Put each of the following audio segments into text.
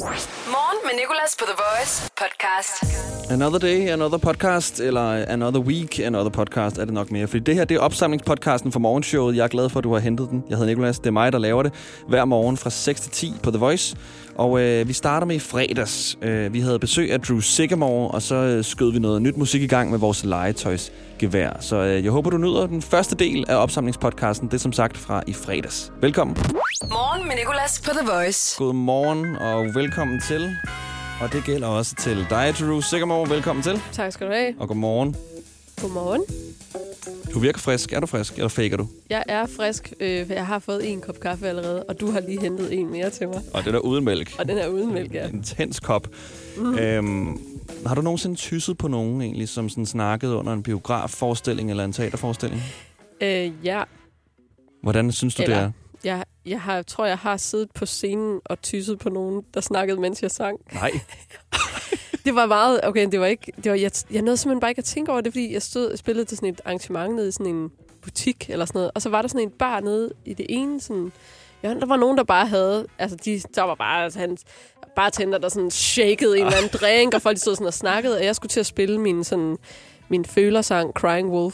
Morgen med Nicolas på The Voice podcast. Another day, another podcast, eller another week, another podcast er det nok mere. Fordi det her, det er opsamlingspodcasten for morgenshowet. Jeg er glad for, at du har hentet den. Jeg hedder Nicolas, det er mig, der laver det hver morgen fra 6 til 10 på The Voice. Og vi starter med i fredags. Vi havde besøg af Drew Sigamore, og så skød vi noget nyt musik i gang med vores legetøjsgevær. Så jeg håber, du nyder den første del af opsamlingspodcasten. Det er som sagt fra i fredags. Velkommen. Morgen med Nicolas på The Voice. God morgen og velkommen til. Og det gælder også til dig, Drew Sigamore. Velkommen til. Tak skal du have. Og godmorgen. Godmorgen. Du virker frisk. Er du frisk, eller faker du? Jeg er frisk, for jeg har fået en kop kaffe allerede, og du har lige hentet en mere til mig. Og den er uden mælk. Og den er uden mælk, ja. En intens kop. Har du nogensinde tysset på nogen, egentlig, som sådan snakkede under en biografforestilling eller en teaterforestilling? Ja. Hvordan synes du, det er? Jeg tror, jeg har siddet på scenen og tysset på nogen, der snakkede, mens jeg sang. Nej. Det var meget... Okay, det var ikke... Jeg nåede simpelthen bare ikke at tænke over det, fordi jeg spillede til sådan et arrangement nede i sådan en butik eller sådan noget. Og så var der sådan en bar nede i det ene sådan... Ja, der var nogen, der bare havde... Altså, der var bare... Altså, han bartender, der sådan shakede en eller anden drink, og folk stod sådan og snakkede, og jeg skulle til at spille min følersang, Crying Wolf.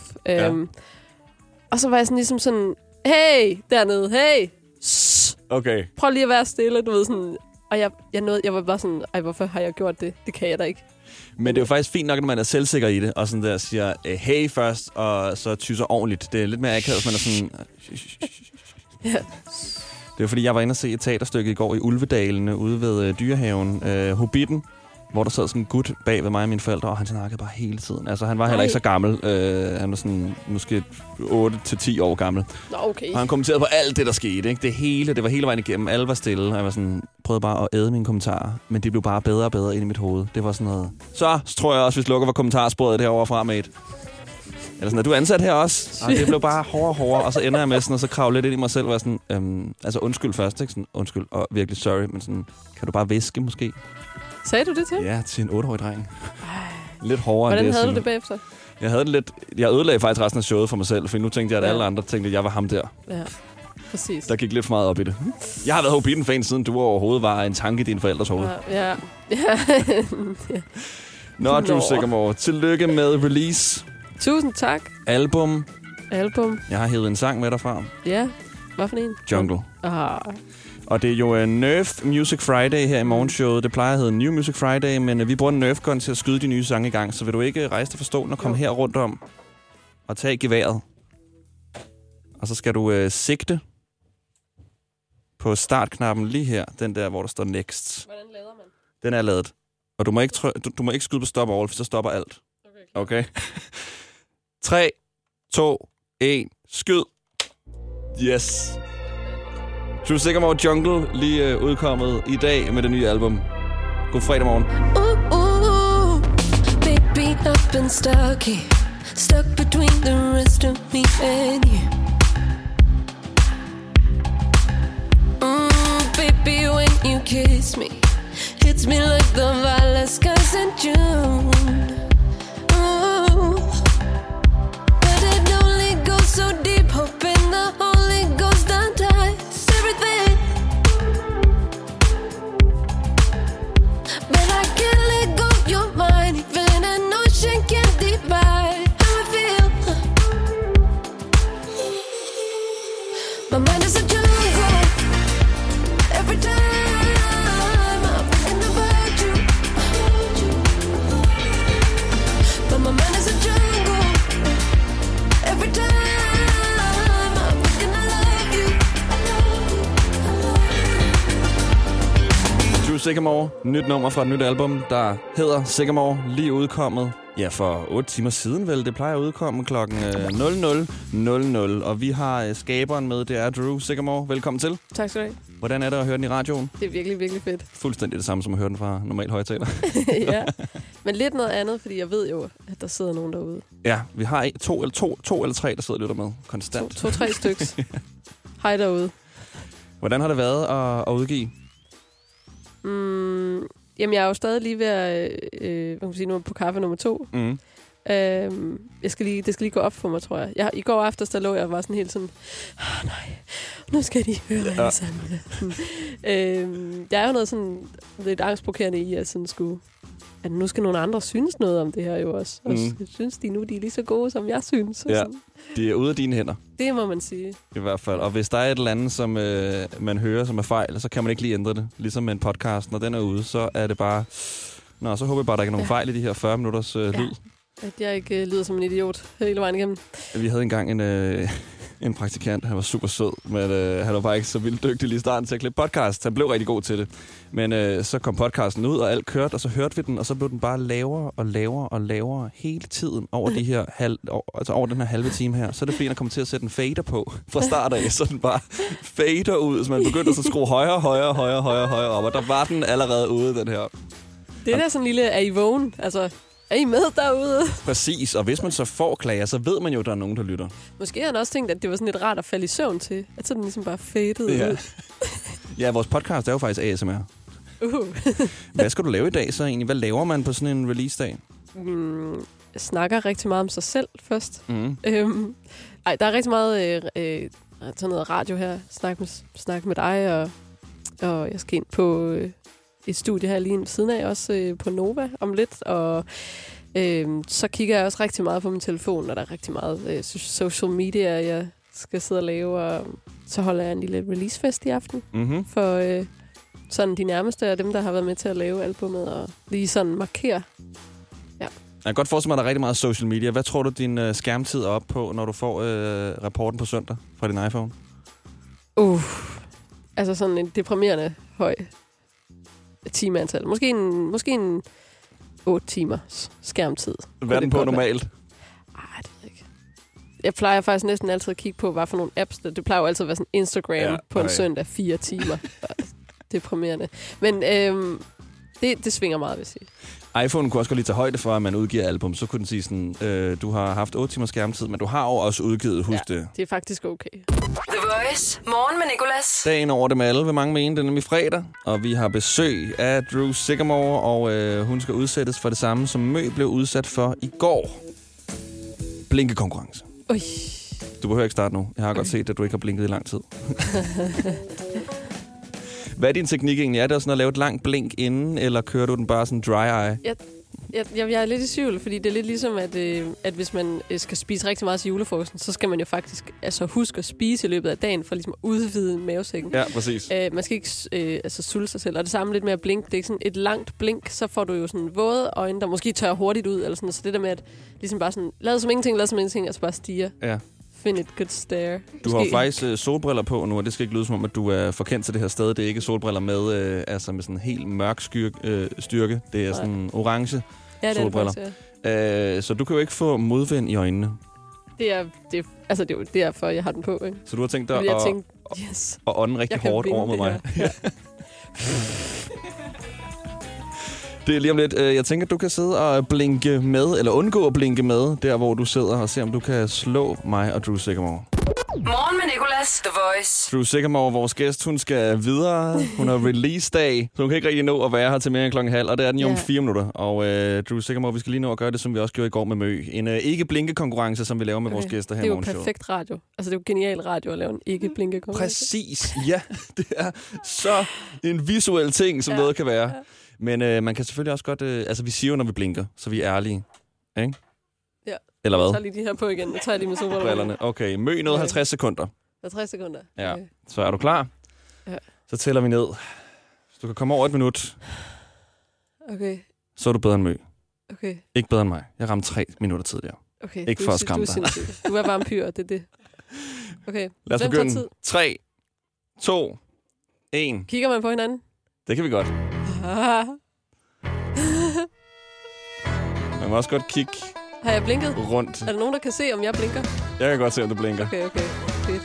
Og så var jeg sådan ligesom sådan... Hey, dernede, hey! Okay. Prøv lige at være stille, du ved sådan... Og jeg var bare sådan, hvorfor har jeg gjort det? Det kan jeg da ikke. Men det er jo faktisk fint nok, når man er selvsikker i det, og sådan der siger hey først, og så tysser ordentligt. Det er lidt mere akavet, hvis man er sådan... Ja. Det er fordi, jeg var inde og se et teaterstykke i går i Ulvedalene, ude ved Dyrehaven, Hobbiten, hvor der sad sådan en gut bag ved mig og mine forældre, og han snakkede bare hele tiden. Altså, han var heller ikke så gammel. Han var sådan måske 8-10 år gammel. Nå, okay. Og han kommenterede på alt det, der skete. Ikke? Det var hele vejen igennem. Alle var stille. Jeg var sådan, prøvede bare at æde mine kommentarer, men det blev bare bedre og bedre ind i mit hoved. Det var sådan noget. Så tror jeg også, vi slukker for kommentarsporet derovre fra, mate. Eller sådan, er du ansat her også? Og det blev bare hårdere, og så ender jeg med sådan, og så kravle lidt ind i mig selv, og var sådan, altså undskyld først, ikke? Sådan, undskyld, og virkelig sorry, men sådan, kan du bare viske måske? Sagde du det til? Ja, til en 8-årig dreng. Lidt hårdere. Hvordan end det, havde du det bagefter? Jeg havde det lidt... Jeg ødelagde faktisk resten af showet for mig selv, for nu tænkte jeg, at alle andre tænkte, at jeg var ham der. Ja, præcis. Der gik lidt for meget op i det. Jeg har været Hobbiten-fan, siden du overhovedet var en tanke i dine forældres hoved. Ja. Nå, Drew Sigamore. Tillykke med release. Tusind tak. Album. Jeg har hævet en sang med derfra. Ja. Hvad for en? Jungle. Ah. Og det er jo Nerf Music Friday her i morgenshowet. Det plejer at hedde New Music Friday, men vi bruger en Nerf gun til at skyde de nye sange i gang. Så vil du ikke rejse dig for stolen og komme her rundt om og tage geværet. Og så skal du sigte på startknappen lige her. Den der, hvor der står next. Hvordan lader man? Den er ladet. Og du må ikke skyde på stop all, for så stopper alt. Okay? 3, 2, 1, skyd. Yes. Drew Sigamore Jungle lige udkommet i dag med det nye album. God fredag morgen. Baby, I've been stuck between the rest of me and you. Baby, when you kiss me, hits me like the violet skies in June. But it only goes so deep, hoping the Holy Ghost unties everything. But I can't let go of your mind, even an ocean can't divide how I feel. My mind is a jungle. Every time I'm thinking about you, but my mind is a jungle. Every time I'm thinking I love you, Drew Sigamore, nyt nummer fra et nyt album, der hedder Sigamore, lige udkommet. Ja, for 8 timer siden vel. Det plejer at udkomme klokken 00:00. Og vi har skaberen med, det er Drew Sigamore. Velkommen til. Tak skal du have. Hvordan er det at høre den i radioen? Det er virkelig, virkelig fedt. Fuldstændig det samme som at høre den fra normal højtaler. Ja, men lidt noget andet, fordi jeg ved jo, at der sidder nogen derude. Ja, vi har to eller tre, der sidder og lytter med konstant. 2-3 stykker. Hej derude. Hvordan har det været at udgive? Jamen, jeg er jo stadig lige ved at nu på kaffe nummer 2. Det skal lige gå op for mig, tror jeg. I går aftes, der lå jeg og var sådan helt sådan, nej, nu skal de høre alle sammen. Jeg er jo noget sådan lidt angstprovokerende i, at sådan at nu skal nogle andre synes noget om det her jo også. Og synes de er lige så gode, som jeg synes. Ja, de er ude af dine hænder. Det må man sige. I hvert fald. Og hvis der er et eller andet, som man hører, som er fejl, så kan man ikke lige ændre det. Ligesom med en podcast, når den er ude, så er det bare... Nå, så håber jeg bare, der ikke er nogen fejl i de her 40 minutters lyd. At jeg ikke lyder som en idiot hele vejen igennem. Vi havde engang en praktikant, han var super sød, men han var bare ikke så vildt dygtig lige i starten til at klippe podcast. Han blev rigtig god til det. Men så kom podcasten ud, og alt kørte, og så hørte vi den, og så blev den bare lavere og lavere og lavere hele tiden over de her over den her halve time her. Så er det fordi, han kommer til at sætte en fader på fra start af, så den bare fader ud, så man begyndte at skrue højere op, og der var den allerede ude, den her. Det er der sådan en lille, er I vågen? Altså, er I med derude? Præcis, og hvis man så får klager, så ved man jo, at der er nogen, der lytter. Måske har han også tænkt, at det var sådan lidt rart at falde i søvn til. At så den ligesom bare fadede ud. Ja, vores podcast er jo faktisk ASMR. Hvad skal du lave i dag så egentlig? Hvad laver man på sådan en release-dag? Jeg snakker rigtig meget om sig selv først. Der er rigtig meget sådan noget radio her. Snak med dig, og jeg skal ind på... et studie her lige ved siden af, også på Nova om lidt, og så kigger jeg også rigtig meget på min telefon, og der er rigtig meget social media, jeg skal sidde og lave, og så holder jeg en lille releasefest i aften for sådan de nærmeste af dem, der har været med til at lave albumet, og lige sådan markere. Ja. Jeg kan godt forestille mig, at der er rigtig meget social media. Hvad tror du, din skærmtid er oppe på, når du får rapporten på søndag fra din iPhone? Altså sådan en deprimerende høj timeantal. Måske en 8 timers skærmtid. Hvad er den på normalt? Det ved jeg ikke. Jeg plejer faktisk næsten altid at kigge på, hvad for nogle apps. Det plejer jo altid at være sådan Instagram på en søndag 4 timer. Deprimerende. Men det svinger meget, vil jeg sige. iPhone kunne også godt lige tage højde for, at man udgiver album. Så kunne den sige sådan, du har haft 8 timers skærmtid, men du har jo også udgivet, husk det. Det er faktisk okay. The Voice. Morgen med Nicolas. Dagen over dem alle, vil mange mene, det er nemlig fredag. Og vi har besøg af Drew Sycamore, og hun skal udsættes for det samme, som Mø blev udsat for i går. Blinkekonkurrence. Ui. Du behøver ikke starte nu. Jeg har godt set, at du ikke har blinket i lang tid. Hvad er din teknik egentlig? Er det sådan at lave et langt blink inden, eller kører du den bare sådan dry eye? Jeg er lidt i tvivl, fordi det er lidt ligesom, at hvis man skal spise rigtig meget til julefrokosten, så skal man jo faktisk huske at spise i løbet af dagen, for ligesom at udvide mavesækken. Ja, præcis. Man skal ikke sulte sig selv. Og det samme lidt med at blinke. Det er ikke sådan et langt blink, så får du jo sådan våde øjne, der måske tørrer hurtigt ud. Eller sådan. Så det der med at ligesom bare sådan, lad som ingenting, og så bare stige. Ja. Find it good stare. Du har faktisk solbriller på nu, og det skal ikke lyde som om, at du er forkendt til det her sted. Det er ikke solbriller med, med sådan helt mørk styrke. Det er sådan orange solbriller. Det faktisk, så du kan jo ikke få modvind i øjnene. Det er jo derfor, jeg har den på. Ikke? Så du har tænkt dig at ånde rigtig hårdt over mod mig. Ja. Det er lige om lidt. Jeg tænker, at du kan sidde og blinke med, eller undgå at blinke med, der hvor du sidder, og se om du kan slå mig og Drew Sycamore. Morgen med Nicolas, The Voice. Drew Sycamore, vores gæst, hun skal videre. Hun har release-dag, så hun kan ikke rigtig nå at være her til mere end 12:30, og det er den jo om 4 minutter. Og Drew Sycamore, vi skal lige nå at gøre det, som vi også gjorde i går med Mø. En ikke-blinke-konkurrence, som vi laver med vores gæster her i morgenshowet. Det er jo perfekt radio. Altså, det er jo genial radio at lave en ikke-blinke-konkurrence. Præcis, ja. Det er så en visuel ting, som noget kan være. Ja. Men man kan selvfølgelig også godt... vi siger jo, når vi blinker, så vi er ærlige. Ikke? Ja. Eller hvad? Jeg tager lige de her på igen. Jeg tager lige med solbrillerne. Okay, Mø noget 50 sekunder. 50 sekunder? Ja. Okay. Så er du klar? Ja. Så tæller vi ned. Hvis du kan komme over 1 minut, okay. Så er du bedre end Mø. Okay. Ikke bedre end mig. Jeg ramte 3 minutter tidligere. Okay. Ikke for at skræmme dig. Du er vampyr, det er det. Okay. Lad os begynde. 3, 2, 1. Kigger man på hinanden? Det kan vi godt. Man må også godt kigge. Har jeg blinket? Rundt. Er der nogen, der kan se, om jeg blinker? Jeg kan godt se, om du blinker. Okay. Fedt.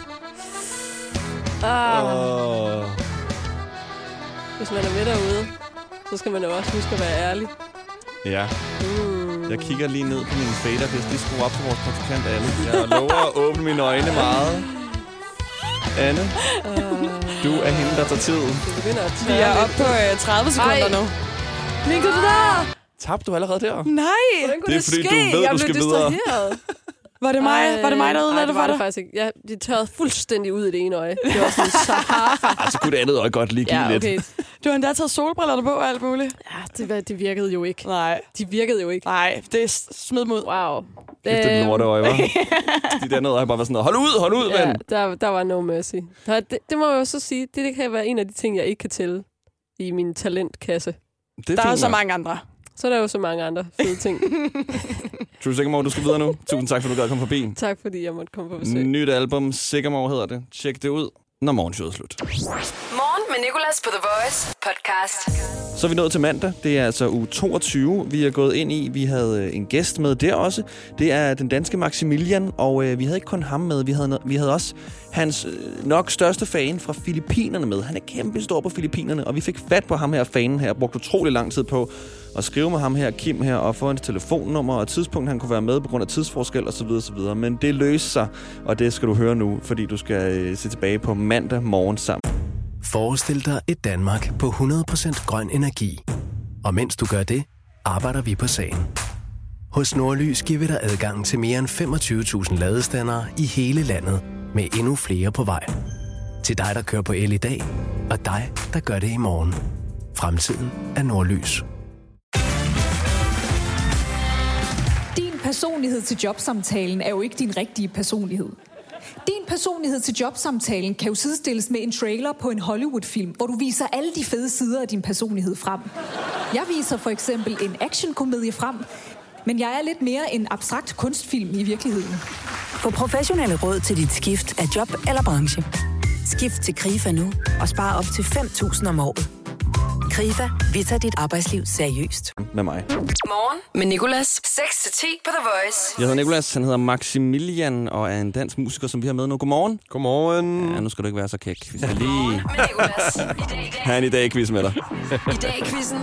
Hvis man er med derude, så skal man jo også huske at være ærlig. Ja. Jeg kigger lige ned på mine fader. Jeg skal lige skrue op til vores praktikant Anne. Jeg lover at åbne mine øjne meget. Anne, du er hende, der tager tid. Vi er oppe på 30 sekunder nu. Blinker du der? Tabte du allerede der? Nej! Hvordan kunne Det er fordi, ske? du ved, jeg du blev skal videre. distraheret. Var det mig, der ødelagde det for det dig? faktisk ikke. De tørrede fuldstændig ud i det ene øje. Det var sådan Sahara. Altså, kunne det andet øje godt lige give Ja, lidt. okay. Du har endda taget solbriller på og alt muligt. Ja, det virkede jo ikke. Nej. De virkede jo ikke. Nej, det er smid mod. Wow. Kæft, det lorteøje, hva'? De dernede øje bare var sådan noget, hold ud, Ja, ven! der var no mercy. Det må jeg jo så sige, det kan være en af de ting, jeg ikke kan tælle i min talentkasse. Det Der er fint så nok. mange andre. Så er der jo så mange andre fede ting. True Sigamore, du skal videre nu. Tusind tak, for du gad komme forbi. Tak fordi jeg måtte komme på besøg. Nyt album, Sigamore hedder det. Tjek det ud, når morgenshowet er slut. Morgen med Nicolas på The Voice podcast. Så er vi nået til mandag. Det er altså uge 22, vi er gået ind i. Vi havde en gæst med der også. Det er den danske Maximilian, og vi havde ikke kun ham med. Vi havde også hans nok største fan fra Filippinerne med. Han er kæmpe stor på Filippinerne, og vi fik fat på ham her, fanen her, brugt utrolig lang tid på at skrive med ham her, Kim her, og få hans telefonnummer og tidspunkt, han kunne være med på grund af tidsforskel osv. osv. Men det løste sig, og det skal du høre nu, fordi du skal se tilbage på mandag morgen sammen. Forestil dig et Danmark på 100% grøn energi. Og mens du gør det, arbejder vi på sagen. Hos Nordlys giver vi dig adgang til mere end 25.000 ladestandere i hele landet, med endnu flere på vej. Til dig, der kører på el i dag, og dig, der gør det i morgen. Fremtiden er Nordlys. Din personlighed til jobsamtalen er jo ikke din rigtige personlighed. Din personlighed til jobsamtalen kan jo sidestilles med en trailer på en Hollywood-film, hvor du viser alle de fede sider af din personlighed frem. Jeg viser for eksempel en actionkomedie frem, men jeg er lidt mere en abstrakt kunstfilm i virkeligheden. Få professionelle råd til dit skift af job eller branche. Skift til KRIFA nu og spare op til 5.000 om året. KRIFA, vi tager dit arbejdsliv seriøst. Med mig. Morgen med Nicolas. 6-10 på The Voice. Jeg hedder Nicolas, han hedder Maximilian, og er en dansk musiker, som vi har med nu. Godmorgen. Godmorgen. Ja, nu skal du ikke være så kæk. Vi skal lige Morgen med Nicolas. have en i-dag-quiz med dig. I dag i quizzen.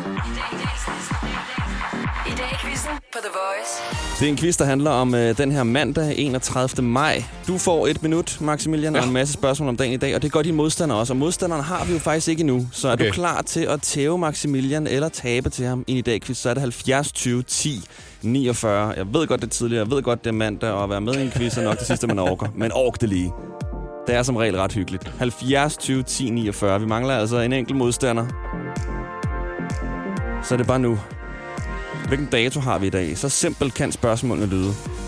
I dag i quizzen på The Voice. Det er en quiz, der handler om den her mandag, 31. maj. Du får 1 minut, Maximilian, og en masse spørgsmål om dagen i dag, og det gør de modstandere også. Og modstanderen har vi jo faktisk ikke endnu. Så er du klar til at tæve Maximilian eller tabe til ham i en i-dag-quiz, så er det 70 20 10 49. Jeg ved godt, det er tidligere, jeg ved godt, det er mandag, og at være med i en quiz er nok det sidste, man orker. Men ork det lige. Det er som regel ret hyggeligt. 70 20 10 49. Vi mangler altså en enkelt modstander. Så er det bare nu. Hvilken dato har vi i dag? Så simpelt kan spørgsmålene lyde.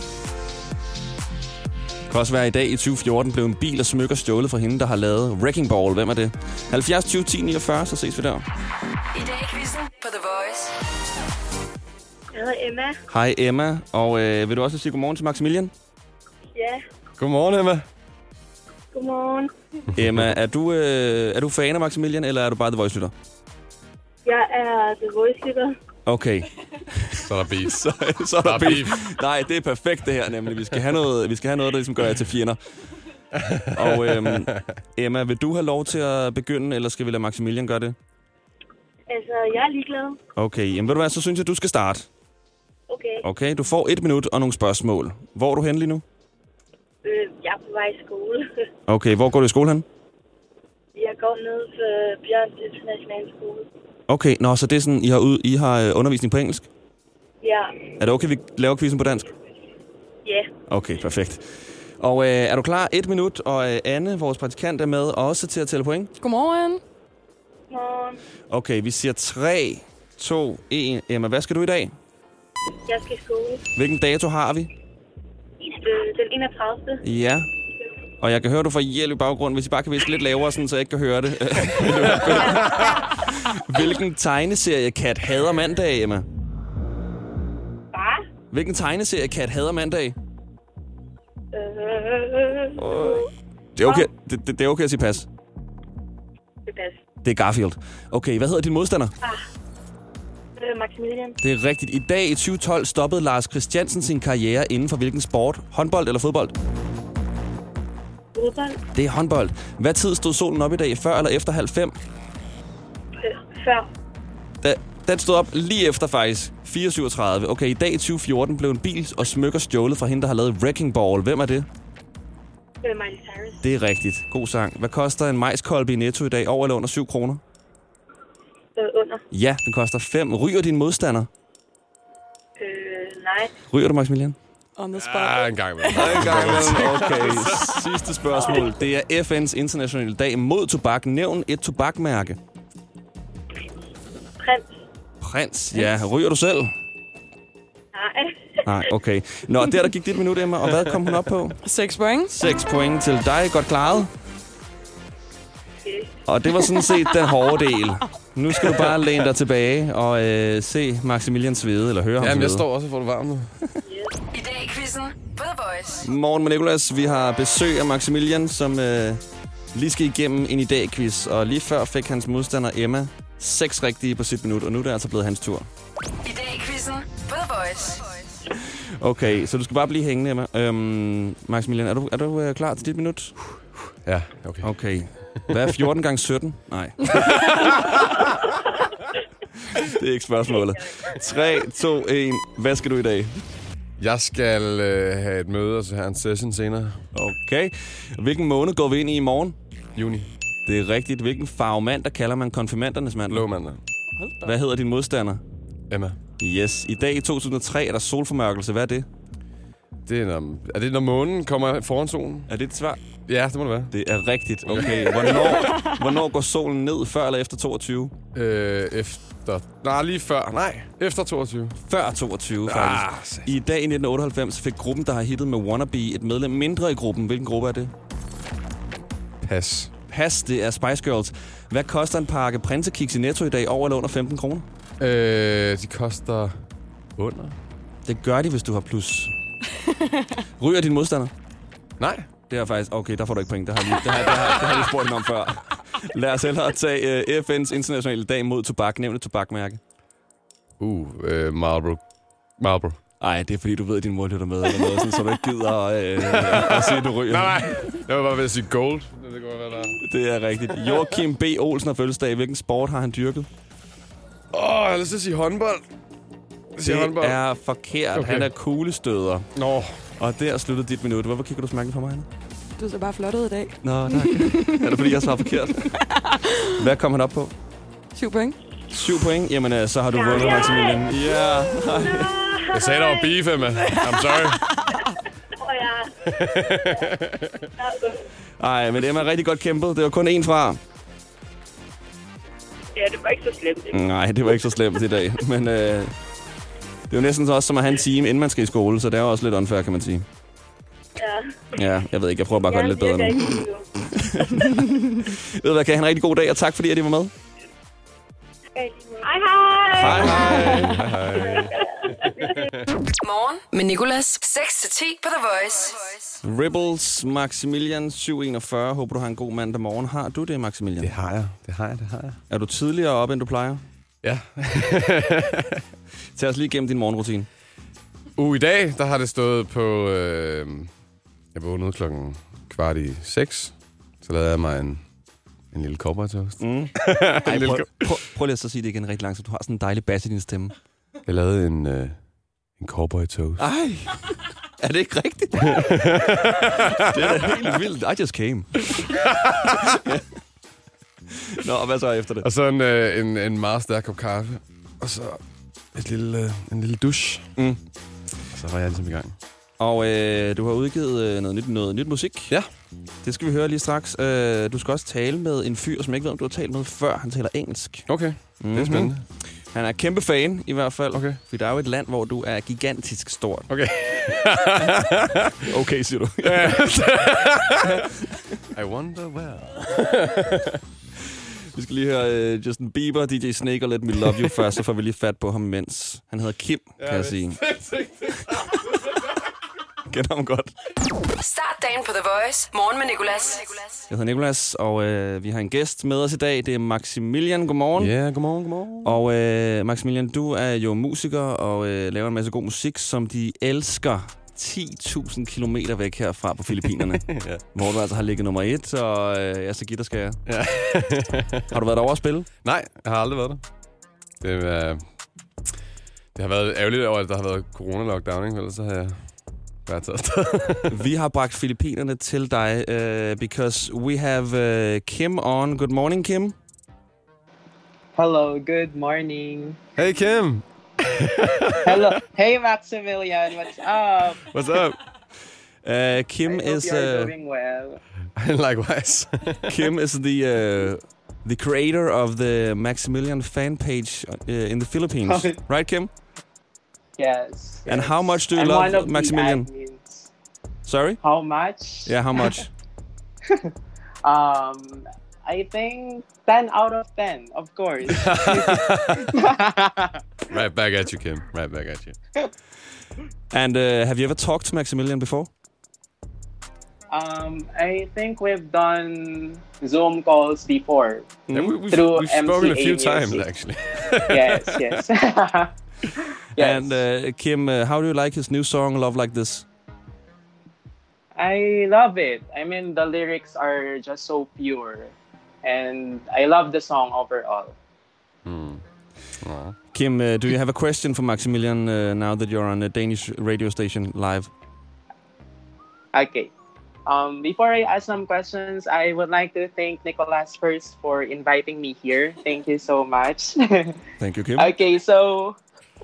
Det kan også være, i dag i 2014 blev en bil og smykker stjålet fra hende, der har lavet Wrecking Ball. Hvem er det? 70 20 10 49, så ses vi der. I dag i quizzen på The Voice. Jeg hedder Emma. Hej Emma, og vil du også sige godmorgen til Maximilian? Ja, Godmorgen, Emma. godmorgen. Emma, er du fan af Maximilian, eller er du bare The Voice-lytter? Jeg er The Voice-lytter. Okay. Så er der beef. så er der beef. Nej, det er perfekt det her nemlig. Vi skal have noget, der ligesom gør jer til fjender. Og Emma, vil du have lov til at begynde, eller skal vi lade Maximilian gøre det? Altså, jeg er ligeglad. Okay, jamen ved du hvad, så synes jeg, du skal starte. Okay. Okay, du får 1 minut og nogle spørgsmål. Hvor er du henne lige nu? Jeg er på vej i skole. Okay, hvor går du i skole hen? Jeg går ned for Bjørns Internationale Skole. Okay, nå, så det er sådan, I har undervisning på engelsk? Ja. Er det okay, vi laver quizzen på dansk? Ja. Okay, perfekt. Og er du klar? 1 minut, og Anne, vores praktikant, er med også til at tælle point. Godmorgen. Morgen. Okay, vi siger 3, 2, 1. Emma, hvad skal du i dag? Jeg skal i skole. Hvilken dato har vi? Den 31. Ja. Og jeg kan høre, du får hjælp i baggrunden, hvis I bare kan viske lidt lavere, sådan, så jeg ikke kan høre det. Hvilken tegneserie-kat hader mandag, Emma? Hvad? Hvilken tegneserie-kat hader mandag? Det er okay, det er okay at sige pas. Det passer. Det er Garfield. Okay, hvad hedder din modstander? Maximilian. Det er rigtigt. I dag i 2012 stoppede Lars Christiansen sin karriere inden for hvilken sport? Håndbold eller fodbold? Fodbold. Det er håndbold. Hvad tid stod solen op i dag? Før eller efter 5:30? Før. Den stod op lige efter faktisk. 4:37. Okay, i dag i 2014 blev en bil og smykker stjålet fra hende, der har lavet Wrecking Ball. Hvem er det? Miley Cyrus. Det er rigtigt. God sang. Hvad koster en majskolbe i Netto i dag? Over eller under 7 kroner? Under. Ja, den koster 5. Ryger din modstander? Nej. Ryger du, Maximilian? On the spot. Ja, en gang med. Okay, sidste spørgsmål. Det er FN's internationale dag mod tobak. Nævn et tobakmærke. Prins. Prins, ja. Ryger du selv? Nej. Nej, okay. Nå, der gik dit minut, Emma. Og hvad kom hun op på? 6 point. 6 point til dig. Godt klaret. Og det var sådan set den hårde del. Nu skal du bare læne dig tilbage og se Maximilian svede, eller høre ham Jamen, jeg svede. står også for det varme nu. I dag i quizzen på The Voice. Morgen med Nicolas. Vi har besøg af Maximilian, som lige skal igennem en i-dag-quiz. Og lige før fik hans modstander Emma 6 rigtige på sit minut, og nu er det altså blevet hans tur. I dag i quizzen på The Voice. Okay, så du skal bare blive hængende, Emma. Maximilian, er du klar til dit minut? Ja, okay. Okay. Hvad er 14 gange 17? Nej. Det er ikke spørgsmålet. 3, 2, 1. Hvad skal du i dag? Jeg skal have et møde, og så have en session senere. Okay. Hvilken måned går vi ind i morgen? Juni. Det er rigtigt. Hvilken farve mandag kalder man konfirmandernes mandag? Blå mandag. Hvad hedder din modstander? Emma. Yes. I dag i 2003 er der solformørkelse. Hvad er det? Det er det, når månen kommer foran solen? Er det et svar? Ja, det må det være. Det er rigtigt. Okay. Hvornår går solen ned? Før eller efter 22? Efter... Nej, lige før. Nej, efter 22. Før 22, faktisk. I dag i 1998 fik gruppen, der har hittet med Wannabe, et medlem mindre i gruppen. Hvilken gruppe er det? Pas, det er Spice Girls. Hvad koster en pakke prinsekiks i Netto i dag? Over eller under 15 kroner? De koster under. Det gør de, hvis du har plus. Ryger din modstander? Nej. Det er faktisk... Okay, der får du ikke point. Det har vi spurgt hende om før. Lad os hellere tage FN's internationale dag mod tobak. Nævn et tobakmærke. Marlboro. Nej, det er fordi, du ved, at din mor lytter med eller noget, sådan, så du ikke gider at sige, at du ryger. Nej. Jeg var bare ved at sige gold. Det går være der. Det er rigtigt. Joachim B. Olsen har fødselsdag. Hvilken sport har han dyrket? Jeg har lyst til at sige håndbold. Det er forkert. Okay. Han er kuglestøder. Nå. Og der sluttede dit minut. Hvorfor kigger du smærkeligt på mig, Anna? Du ser bare flot ud i dag. Nå, tak. Er det fordi, jeg svarer forkert? Hvad kom han op på? 7 point. 7 point? Jamen, så har du vundet, Maximilian. Ja. Jeg sagde, der var beef, Emma. I'm sorry. Ej, men Emma er rigtig godt kæmpet. Det var kun én fra. Ja, det var ikke så slemt. Nej, det var ikke så slemt i dag. Men det er jo næsten så også som at have en time, inden man skal i skole. Så det er jo også lidt unfair, kan man sige. Ja, jeg ved ikke. Jeg prøver bare at gøre det lidt bedre nu. Ved du hvad, kan I have en rigtig god dag, og tak fordi, at I var med. Hej, hej. Hej. Morgen med Nicolas. 6-10 på The Voice. Rebels, Maximilian, 7:41. Håber, du har en god mandag morgen. Har du det, Maximilian? Det har jeg. Er du tidligere op, end du plejer? Ja. Tag os lige igennem din morgenrutine. I dag, der har det stået på... jeg vågnede 5:15. Så lavede jeg mig en lille cowboy toast. Prøv lige at sige det igen rigtig langsomt. Du har sådan en dejlig bass i din stemme. Jeg lavede en cowboy toast. Ej, er det ikke rigtigt? Det er da helt vildt. I just came. Nå, og hvad så efter det? Og så en meget stærk kop kaffe. Og så en lille douche. Og så var jeg ligesom i gang. Og du har udgivet noget nyt musik. Ja. Det skal vi høre lige straks. Du skal også tale med en fyr, som jeg ikke ved, om du har talt med før. Han taler engelsk. Okay, det er spændende. Han er kæmpe fan, i hvert fald. Okay. For der er jo et land, hvor du er gigantisk stort. Okay. Okay, siger du. I wonder where. Vi skal lige høre Justin Bieber, DJ Snake og Let Me Love You først, så får vi lige fat på ham imens. Han hedder Kim, kan jeg sige. Kender ham godt. Start dagen på The Voice. Morgen med Nicolas. Jeg hedder Nicolas, og vi har en gæst med os i dag. Det er Maximilian. Godmorgen. Ja, godmorgen. Og Maximilian, du er jo musiker og laver en masse god musik, som de elsker 10.000 kilometer væk herfra på Filippinerne. Ja. Hvor du altså har ligget nummer 1, og så gitter skal jeg. Ja. Har du været derovre at spille? Nej, jeg har aldrig været der. Det har været ærgerligt over, at der har været corona-lockdown, ikke? Ellers så har jeg været taget. Vi har bragt Filippinerne til dig, because we have Kim on. Good morning, Kim. Hello, good morning. Hey, Kim. Hello. Hey, Maximilian. What's up? What's up? Kim I hope is you're doing well. Likewise. Kim is the creator of the Maximilian fan page in the Philippines, right, Kim? Yes. And how much do you I'm one love of the Maximilian? admins. Sorry? How much? Yeah, how much? I think 10 out of 10, of course. Right back at you, Kim. Right back at you. And have you ever talked to Maximilian before? I think we've done Zoom calls before. And we've through spoken a few MCA times, music. actually. Yes. Yes. And Kim, how do you like his new song, Love Like This? I love it. I mean, the lyrics are just so pure. And I love the song overall. Kim, do you have a question for Maximilian now that you're on a Danish radio station live? Okay. Before I ask some questions, I would like to thank Nicolas first for inviting me here. Thank you so much. Thank you, Kim. Okay, so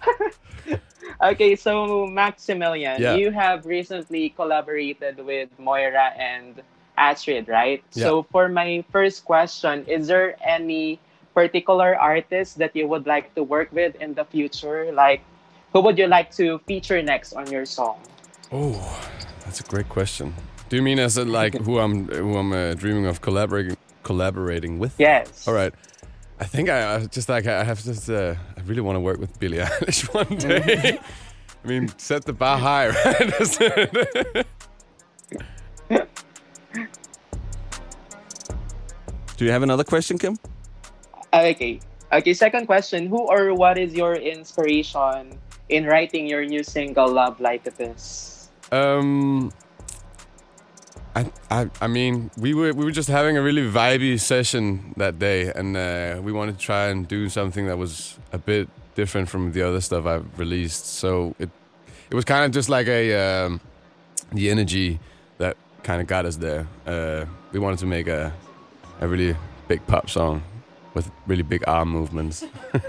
Maximilian, you have recently collaborated with Moira and Astrid, right? Yeah. So for my first question, is there any particular artist that you would like to work with in the future? Like, who would you like to feature next on your song? Oh, that's a great question. Do you mean as in, like who I'm dreaming of collaborating with? Yes. All right. I think I really want to work with Billie Eilish one day. I mean, set the bar high, right? Do you have another question, Kim? Okay, second question. Who or what is your inspiration in writing your new single, Love Like This? I mean, we were just having a really vibey session that day, and we wanted to try and do something that was a bit different from the other stuff I've released. So it was kind of just like the energy that kind of got us there. We wanted to make a really big pop song with really big arm movements.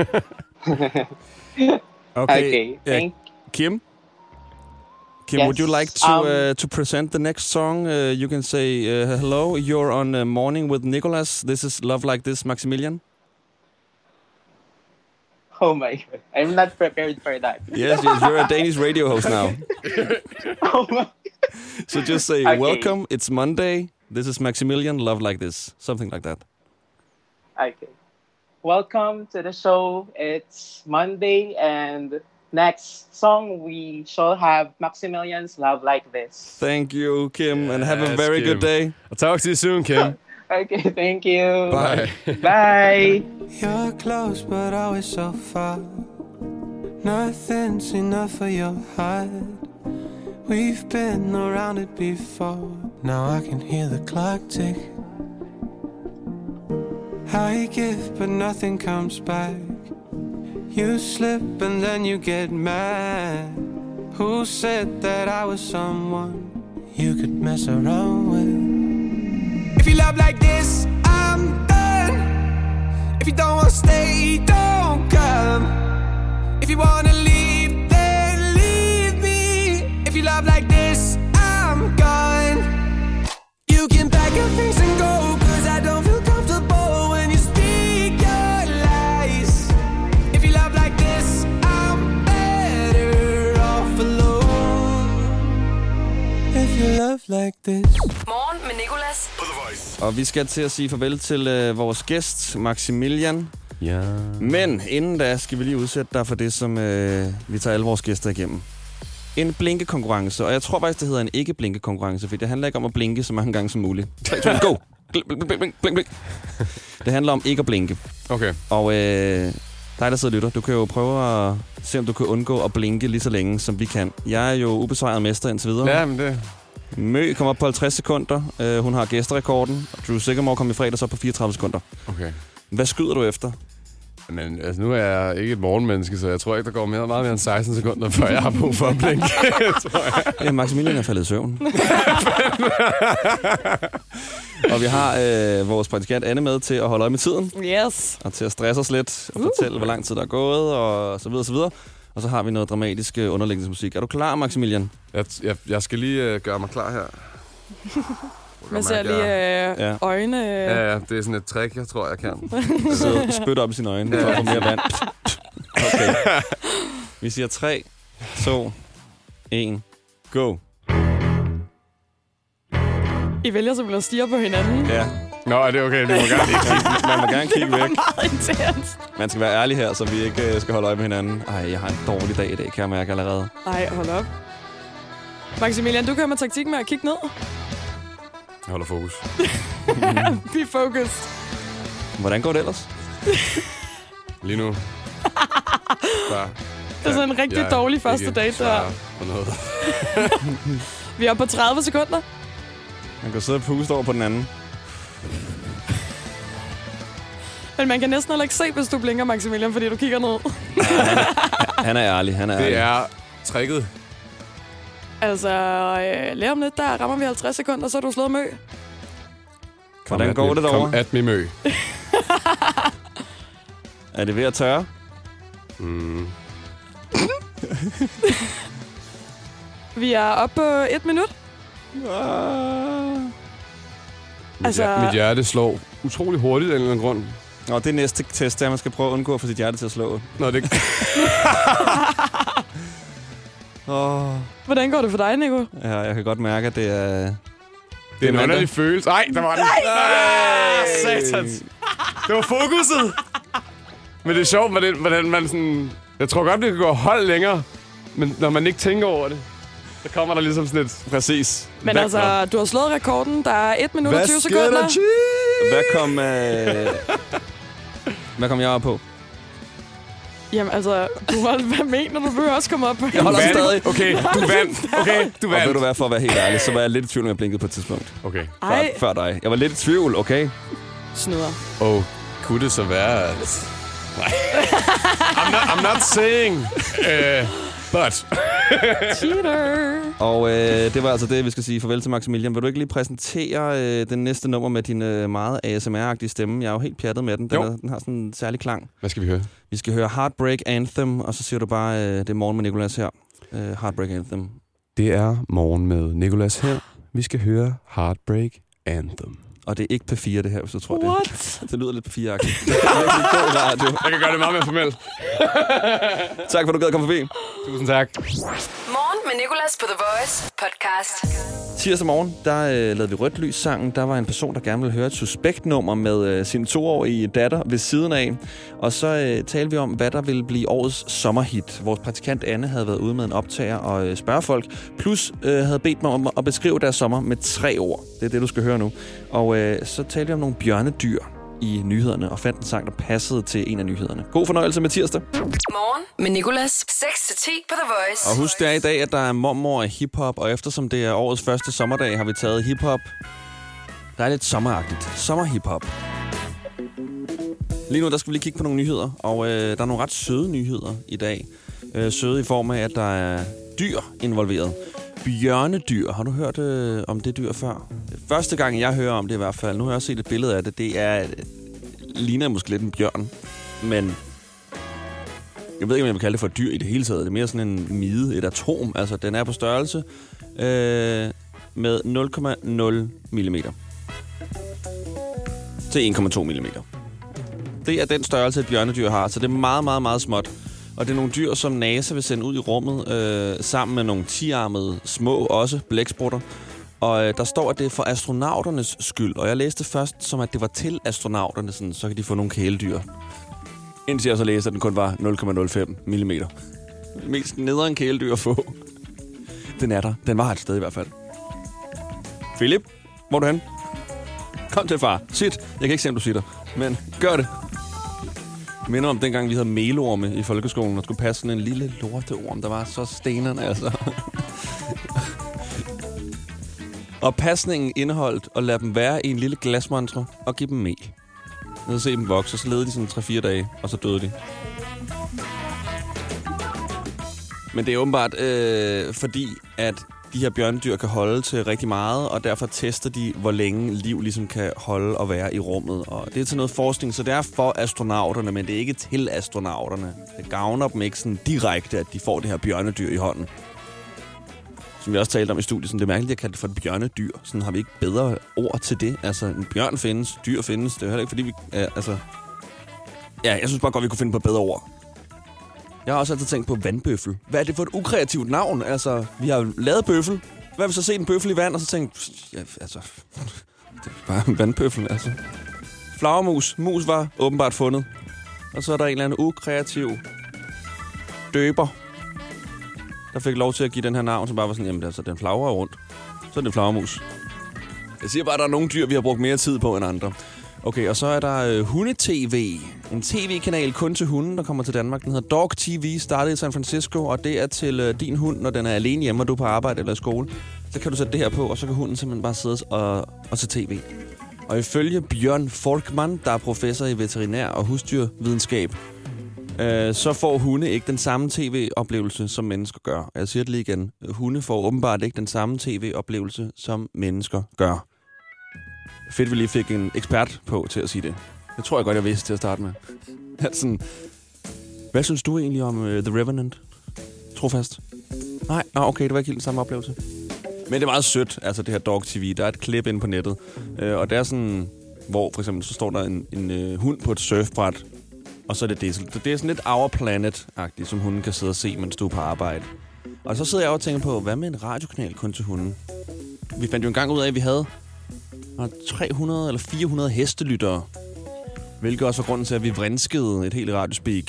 Okay, Kim? Kim, Yes, would you like to present the next song? You can say, hello, you're on Morning with Nicolas. This is Love Like This, Maximilian. Oh my God, I'm not prepared for that. Yes, you're a Danish radio host now. Oh my. So just say, welcome, it's Monday. This is Maximilian, Love Like This. Something like that. Okay. Welcome to the show. It's Monday, and next song we shall have Maximilian's Love Like This. Thank you, Kim, and have a very good day. I'll talk to you soon, Kim. Okay, thank you. Bye. Bye. You're close, but always so far. Nothing's enough for your heart. We've been around it before. Now I can hear the clock tick. I give, but nothing comes back. You slip and then you get mad. Who said that I was someone you could mess around with? If you love like this, I'm done. If you don't want to stay, don't come. If you want to leave, then leave me. If you love like this, I'm gone. You can pack your things and go, 'cause I don't feel comfortable when you speak your lies. If you love like this, I'm better off alone. If you love like this. Morgen med Nicolas. På The Voice. Og vi skal til at sige farvel til vores gæst, Maximilian. Ja. Men inden da skal vi lige udsætte dig for det, som vi tager alle vores gæster igennem. En blinkekonkurrence, og jeg tror faktisk, det hedder en ikke-blinkekonkurrence, for det handler ikke om at blinke så mange gange som muligt. 3, 2, 1, go! Blink. Det handler om ikke at blinke. Okay. Og dig, der sidder og lytter, du kan jo prøve at se, om du kan undgå at blinke lige så længe, som vi kan. Jeg er jo ubesejret mester indtil videre. Ja, men det... Mø kommer op på 50 sekunder. Hun har gæsterekorden. Drew Sigamore kom i fredags op på 34 sekunder. Okay. Hvad skyder du efter? Men altså, nu er jeg ikke et morgenmenneske, så jeg tror ikke, der går meget mere end 16 sekunder, før jeg har brug for at blinke, tror jeg. Ja, Maximilian er faldet i søvn. Og vi har vores praktikant Anne med til at holde øje med tiden. Yes. Og til at stresse os lidt og fortælle, hvor lang tid der er gået, og så videre, så videre. Og så har vi noget dramatisk underlægningsmusik. Er du klar, Maximilian? Jeg skal lige gøre mig klar her. Man ser lige øjne. Ja, det er sådan et trick, jeg tror, jeg kan. Så spyt op i sine øjne, for at få mere vand. Okay. Vi siger 3, 2, 1, go. I vælger simpelthen at stirre på hinanden. Ja. Nå, er det okay? Det må gerne ikke kigge. Man må gerne kigge væk. Det er meget intenst. Man skal være ærlig her, så vi ikke skal holde øje med hinanden. Ej, jeg har en dårlig dag i dag, kan jeg mærke allerede. Ej, hold op. Maximilian, du kører med taktik med at kigge ned. Jeg holder fokus. Be focused. Hvordan går det ellers? Lige nu. Bare, det er sådan en rigtig dårlig første date, der. Vi er oppe på 30 sekunder. Man kan sidde og puste over på den anden. Men man kan næsten heller ikke se, hvis du blinker, Maximilian, fordi du kigger ned. Han er ærlig, Det er tricket. Altså, lige om lidt, der rammer vi 50 sekunder, så er du slået mø. Hvordan går det derovre? Kom at me mø. Er det ved at tørre? Vi er oppe på 1 minut. Mit hjerte slår utrolig hurtigt af en eller anden grund. Nå, det er næste test, der man skal prøve at undgå at få sit hjerte til at slå. Nå, det... Hvordan går det for dig, Nico? Ja, jeg kan godt mærke, at det er... Det er en underlig følelse. Ej, der var den. Satans. Det var fokuset. Men det er sjovt, hvordan man sådan... Jeg tror godt, det kan gå hold længere. Men når man ikke tænker over det, så kommer der ligesom sådan et... Præcis. Men altså, du har slået rekorden. Der er 1 minut og 20 sekunder. Hvad kom jeg op på? Jamen altså, hvad mener du? Du vil også komme op på. Jeg holder stadig. Okay, du vandt. Og ved du hvad, for at være helt ærlig, så var jeg lidt i tvivl, om jeg blinkede på et tidspunkt. Okay. Før dig. Jeg var lidt i tvivl, okay? Snyder. Kunne det så være... Nej. I'm not saying... but... Cheater. Og det var altså det, vi skal sige farvel til Maximilian. Vil du ikke lige præsentere den næste nummer med din meget ASMR-agtige stemme? Jeg er jo helt pjattet med den. Den har sådan en særlig klang. Hvad skal vi høre? Vi skal høre Heartbreak Anthem, og så siger du bare, det er morgen med Nicolas her. Heartbreak Anthem. Det er morgen med Nicolas her. Vi skal høre Heartbreak Anthem. Og det er ikke P4, det her, hvis du tror What? det. Det lyder lidt P4-agtigt. Det er virkelig god radio. Jeg kan gøre det meget mere formelt. Tak for, at du gad komme forbi. Tusind tak. Morgen med Nicolas på The Voice podcast. Tirsdag morgen, der lavede vi Rødt Lys-sangen. Der var en person, der gerne ville høre et suspektnummer med sin 2-årige datter ved siden af. Og så talte vi om, hvad der ville blive årets sommerhit. Vores praktikant Anne havde været ude med en optager og spørge folk. Plus havde bedt mig om at beskrive deres sommer med 3 ord. Det er det, du skal høre nu. Og så talte vi om nogle bjørnedyr i nyhederne, og fandt en sang, der passede til en af nyhederne. God fornøjelse med tirsdag. Morgen med Nicolas. 6-10 på The Voice. Og husk, det er i dag, at der er mormor af hiphop, og eftersom det er årets første sommerdag, har vi taget hiphop. Der er lidt sommeragtigt. Sommerhiphop. Lige nu, der skal vi lige kigge på nogle nyheder, og der er nogle ret søde nyheder i dag. Søde i form af, at der er dyr involveret. Bjørnedyr. Har du hørt om det dyr før? Første gang, jeg hører om det i hvert fald, nu har jeg også set et billede af det, det er ligner måske lidt en bjørn, men jeg ved ikke, om jeg vil kalde det for et dyr i det hele taget. Det er mere sådan en mide, et atom. Altså, den er på størrelse med 0,0 mm til 1,2 mm. Det er den størrelse, et bjørnedyr har, så det er meget, meget, meget småt. Og det er nogle dyr, som NASA vil sende ud i rummet, sammen med nogle 10-armede små, også blæksprutter. Og der står, at det er for astronauternes skyld. Og jeg læste først, som at det var til astronauterne, sådan, så kan de få nogle kæledyr. Indtil jeg så læste, at den kun var 0,05 mm. Mest nederen kæledyr at få. Den er der. Den var et sted i hvert fald. Philip, hvor er du hen? Kom til, far. Sit. Jeg kan ikke se, om du sitter, men gør det. Jeg minder om dengang, vi havde melorme i folkeskolen, og skulle passe sådan en lille lorteorm, der var så stenerne, altså. Og pasningen indeholdt at lade dem være i en lille glasmontre og give dem mel. Nede og se dem vokse, og så levede de sådan 3-4 dage, og så døde de. Men det er åbenbart fordi, at de her bjørnedyr kan holde til rigtig meget, og derfor tester de, hvor længe liv ligesom kan holde og være i rummet. Og det er til noget forskning, så det er for astronauterne, men det er ikke til astronauterne. Det gavner dem ikke sådan direkte, at de får det her bjørnedyr i hånden. Som vi også talte om i studiet, sådan, det er mærkeligt, at jeg kalder det for et bjørnedyr. Sådan har vi ikke bedre ord til det. Altså, en bjørn findes, dyr findes. Det er heller ikke, fordi vi... jeg synes bare godt, vi kunne finde på bedre ord. Jeg har også altid tænkt på vandbøffel. Hvad er det for et ukreativt navn? Altså, vi har lavet bøffel. Hvad har vi så set en bøffel i vand, og så tænkt... Ja, altså... Det er bare en vandbøffel, altså. Flagermus. Mus var åbenbart fundet. Og så er der en eller anden ukreativ døber, der fik lov til at give den her navn, som bare var sådan, jamen altså, den flagrer rundt. Så er det en flagermus. Jeg siger bare, at der er nogle dyr, vi har brugt mere tid på end andre. Okay, og så er der Hunde-TV. En tv-kanal kun til hunden, der kommer til Danmark. Den hedder Dog TV, startede i San Francisco, og det er til din hund, når den er alene hjemme, og du er på arbejde eller i skole. Så kan du sætte det her på, og så kan hunden simpelthen bare sidde og se tv. Og ifølge Bjørn Folkman, der er professor i veterinær- og husdyrvidenskab, så får hunde ikke den samme tv-oplevelse, som mennesker gør. Jeg siger det lige igen. Hunde får åbenbart ikke den samme tv-oplevelse, som mennesker gør. Fedt, vi lige fik en ekspert på til at sige det. Det tror jeg godt, jeg vidste til at starte med. Altså, hvad synes du egentlig om The Revenant? Trofast? Nej, okay, det var ikke helt den samme oplevelse. Men det er meget sødt, altså det her Dog TV. Der er et klip inde på nettet. Og det er sådan, hvor for eksempel så står der en hund på et surfbræt, og så er det diesel. Så det er sådan lidt Our Planet-agtigt, som hunden kan sidde og se, mens du er på arbejde. Og så sidder jeg og tænker på, hvad med en radiokanal kun til hunden? Vi fandt jo engang ud af, at vi havde 300 eller 400 hestelyttere. Hvilket også var grunden til, at vi vrinskede et helt radiospeak.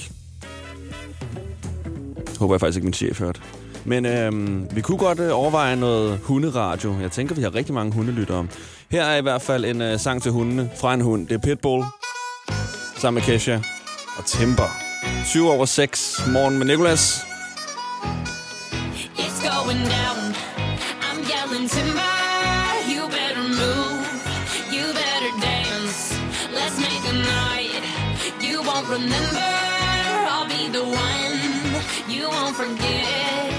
Håber jeg faktisk ikke, min chef hørte. Men vi kunne godt overveje noget hunderadio. Jeg tænker, vi har rigtig mange hundelyttere. Her er i hvert fald en sang til hundene fra en hund. Det er Pitbull sammen med Kesha og Timber. 7:07. Morgen med Nicolas. It's going down. I'm yelling timber. You better move. You better dance. Let's make a night you won't remember. I'll be the one you won't forget.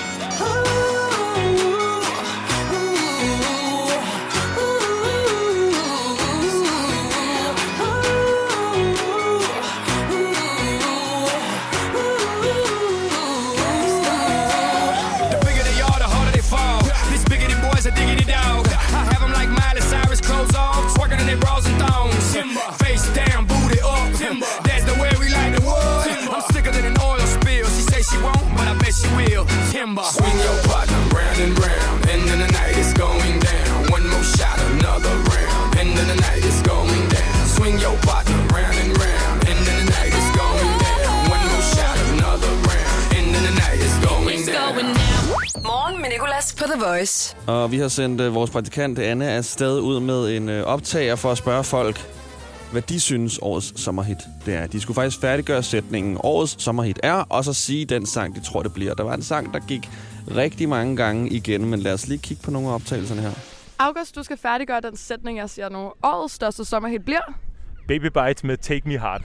Face down, booty up. That's the way we like the wood. I'm sicker than an oil spill. She say she won't, but I bet she will. Timber. Swing your partner round and round, and then the night is going down. One more shot, another round, and then the night is going down. Swing your partner round and round, and then the night is going down. One more shot, another round, and then the night is going down. Morgen med Nicolas på The Voice. Og vi har sendt vores praktikant Anne afsted ud med en optager for at spørge folk, hvad de synes årets sommerhit det er. De skulle faktisk færdiggøre sætningen, årets sommerhit er, og så sige den sang, de tror, det bliver. Der var en sang, der gik rigtig mange gange igen, men lad os lige kigge på nogle af optagelserne her. August, du skal færdiggøre den sætning, jeg siger nu. Årets største sommerhit bliver... Baby Bites med Take Me Hard.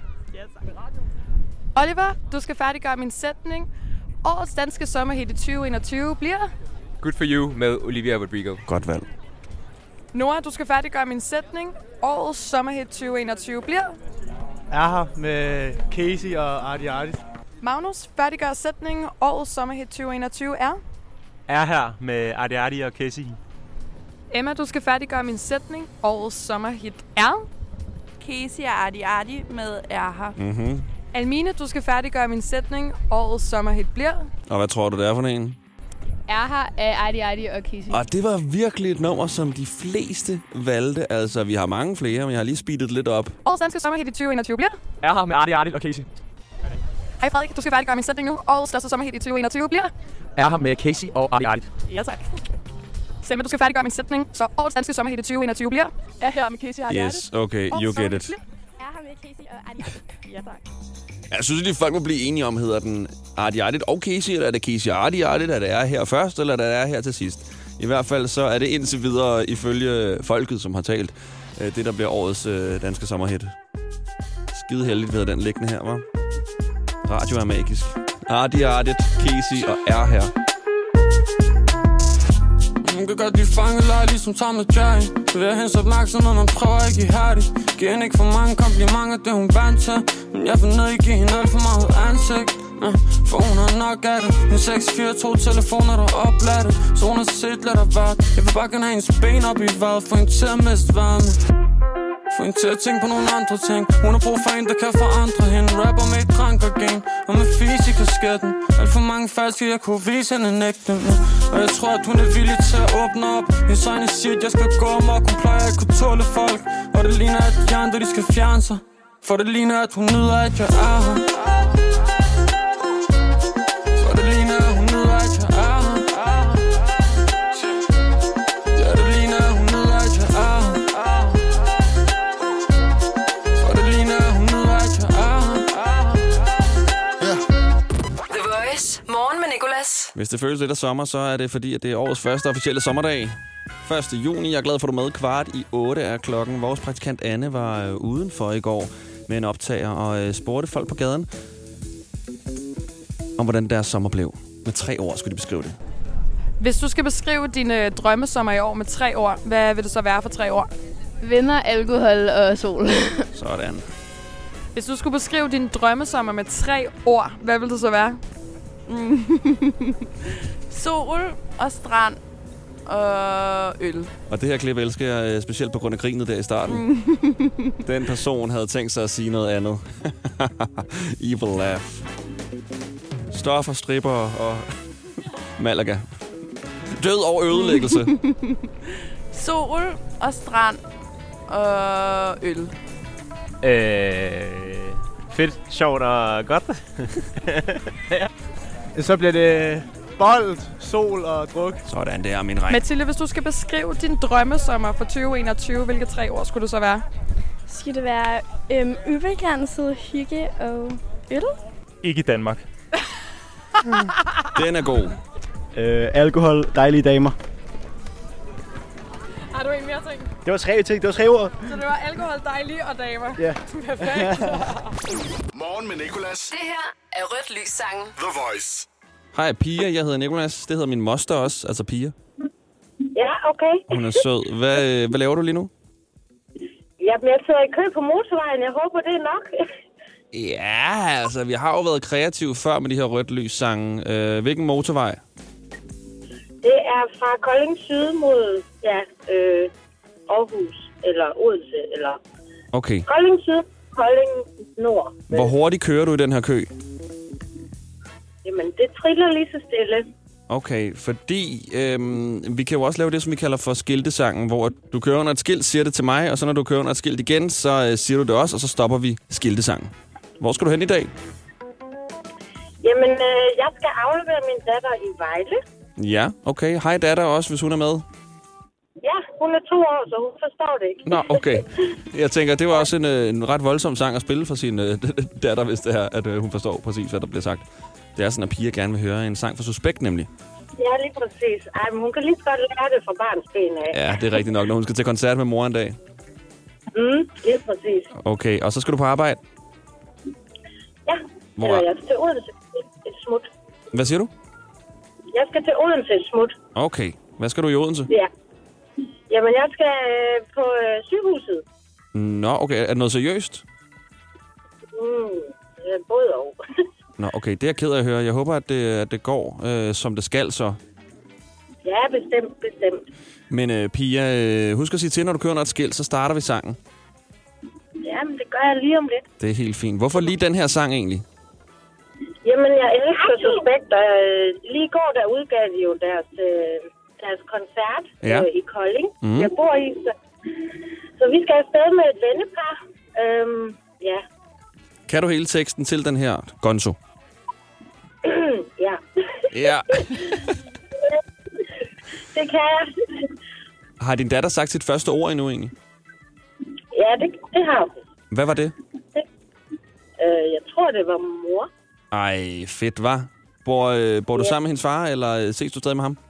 Oliver, du skal færdiggøre min sætning. Årets danske sommerhit i 2021 bliver... Good for You med Olivia Rodrigo. Godt valg. Nora, du skal færdiggøre min sætning. Årets sommerhit 2021 bliver... Er her med Casey og Artie Artie. Magnus, færdiggør sætningen. Årets sommerhit 2021 er... Er her med Artie Artie og Casey. Emma, du skal færdiggøre min sætning. Årets sommerhit er... Casey og Artie Artie med Er her. Mm-hmm. Almine, du skal færdiggøre min sætning. Årets sommerhit bliver... Og hvad tror du, det er for en? Er her af Artie Artie og Casey. Og det var virkelig et nummer, som de fleste valgte. Altså, vi har mange flere, men jeg har lige speedet lidt op. Årets danske sommerhit i 2021 bliver... Er her med Artie Artie og Casey. Hej Frederik, du skal færdiggøre min sætning nu. Årets største sommerhit i 2021 bliver... Er her med Casey og Artie Artie. Ja, tak. Selma, du skal færdiggøre min sætning. Så årets danske sommerhit i 2021 bliver... Er her med Casey og Artie Artie. Yes, okay, you get it. Er her med Casey og Artie Artie. Ja, tak. Jeg synes, at de folk må blive enige om, hedder den Artie Artie og Casey, eller er det Casey og Artie Artie, er det er her først, eller er det er her til sidst? I hvert fald så er det indtil videre, ifølge folket, som har talt, det, der bliver årets danske sommerhit. Skide heldigt ved den liggende her, hva'? Radio er magisk. Artie Artie, Casey og er her. Hun kan godt lide fangeleje, ligesom Tom og Jerry. Så vil jeg hendes opmærksomhed, man prøver ikke ihærdigt. Giver hende ikke for mange komplimenter, det hun vant til. Men jeg får ned, I giver hende alt for meget ansigt. For hun har nok af det. En 642 telefoner, der er opladet. Så hun har set lidt af hvert. Jeg vil bare gerne have hendes ben op i vejret. Få hende til at miste varme. Få hende til at tænke på nogle andre ting. Hun har brug for en, der kan forandre hende. Rapper med et drankergen og med fis i kasketten. Alt for mange falske, jeg kunne vise hende en ægte. Og jeg tror, at hun er villig til at åbne op. Hendes øjne siger, at jeg skal gå amok. Hun plejer at kunne tåle folk. Og det ligner, at de andre, de skal fjerne sig. For det ligner, at hun nyder, at jeg er her. For det ligner, at hun nyder, at jeg er her. Ja, det ligner, at hun nyder, at jeg er her. For det ligner, at hun nyder, at jeg er her. The Voice. Morgen med Nicolas. Hvis det føles lidt af sommer, så er det fordi, at det er årets første officielle sommerdag. 1. juni. Jeg er glad for, at du er med. 7:15 er klokken. Vores praktikant Anne var udenfor i går med en optager og spurgte folk på gaden om, hvordan deres sommer blev. Med 3 ord skulle de beskrive det. Hvis du skal beskrive dine drømmesommer i år med 3 ord, hvad vil det så være for 3 ord? Venner, alkohol og sol. Sådan. Hvis du skulle beskrive din drømmesommer med 3 ord, hvad vil det så være? Sol og strand og øl. Og det her klip elsker jeg specielt på grund af grinet der i starten. Den person havde tænkt sig at sige noget andet. Evil laugh. Stoffer, stripper og Malaga. Død og ødelæggelse. Sol og strand og øl. Fedt, sjovt og godt. Ja. Så bliver det bold, sol og druk. Sådan, det er min regn. Mathilde, hvis du skal beskrive din drømmesommer for 2021, hvilke 3 ord skulle det så være? Skal det være ubegrænset hygge og øl? Ikke i Danmark. Den er god. Alkohol, dejlige damer. Har du en mere ting? Det var 3 ting, det var 3 ord. Så det var alkohol, dejlige og damer? Ja. Perfekt. Morgen med Nicolas. Det her er Rødt Lys-sangen. The Voice. Hej Pia, jeg hedder Nicolas. Det hedder min moster også, altså Pia. Ja, okay. Hun er sød. Hvad laver du lige nu? Jamen, jeg sidder i kø på motorvejen. Jeg håber, det er nok. Ja, altså vi har jo været kreative før med de her Rødt Lys-sange. Hvilken motorvej? Det er fra Kolding Syd mod Aarhus eller Odense. Eller Okay. Kolding Syd, Kolding Nord. Hvor hurtigt kører du i den her kø? Jamen, det triller lige så stille. Okay, fordi vi kan jo også lave det, som vi kalder for skiltesangen, hvor du kører under et skilt, siger det til mig, og så når du kører under et skilt igen, så siger du det også, og så stopper vi skiltesangen. Hvor skal du hen i dag? Jamen, jeg skal aflevere min datter i Vejle. Ja, okay. Hej datter også, hvis hun er med. Ja, hun er 2 år, så hun forstår det ikke. Nå, okay. Jeg tænker, det var også en ret voldsom sang at spille for sin datter, hvis det er, at hun forstår præcis, hvad der bliver sagt. Det er sådan, at Pia gerne vil høre en sang for Suspekt, nemlig. Ja, lige præcis. Ej, men hun kan lige så godt lære det fra barns ben af. Ja, det er rigtigt nok, når hun skal til koncert med mor en dag. Lige præcis. Okay, og så skal du på arbejde? Ja, Hvor? eller jeg skal til Odense et smut. Hvad siger du? Jeg skal til Odense et smut. Okay. Hvad skal du i Odense? Ja. Jamen, jeg skal på sygehuset. Nå, okay. Er det noget seriøst? Både og. Nå, okay. Det er jeg ked af at høre. Jeg håber, at det går, som det skal så. Ja, bestemt. Men Pia, husk at sige til, når du kører under et skilt, så starter vi sangen. Jamen, det gør jeg lige om lidt. Det er helt fint. Hvorfor lige den her sang egentlig? Jamen, jeg elsker Suspekt, og lige i går, der udgav de jo deres koncert i Kolding. Jeg bor i, så vi skal afsted med et vennepar. Ja. Kan du hele teksten til den her Gonzo? Ja. Ja. Det kan jeg. Har din datter sagt sit første ord endnu egentlig? Ja, det har hun. Hvad var det? Jeg tror, det var mor. Ej, fedt, hva'? Bor du sammen med hendes far, eller ses du stadig med ham?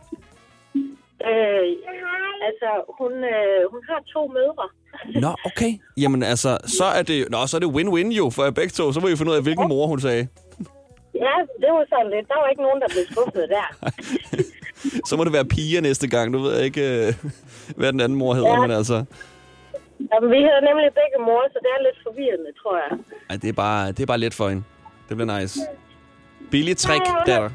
Altså, hun har 2 mødre. Nå, okay. Jamen altså, så er det win-win jo for jer begge to. Så må I finde ud af, hvilken mor hun sagde. Ja, det var sådan lidt. Der var ikke nogen, der blev skuffet der. Så må det være Pia næste gang. Du ved ikke, hvad den anden mor hedder, men altså... Jamen, vi hedder nemlig begge mor, så det er lidt forvirrende, tror jeg. Ej, det er bare let for hende. Det bliver nice. Billig trick, der.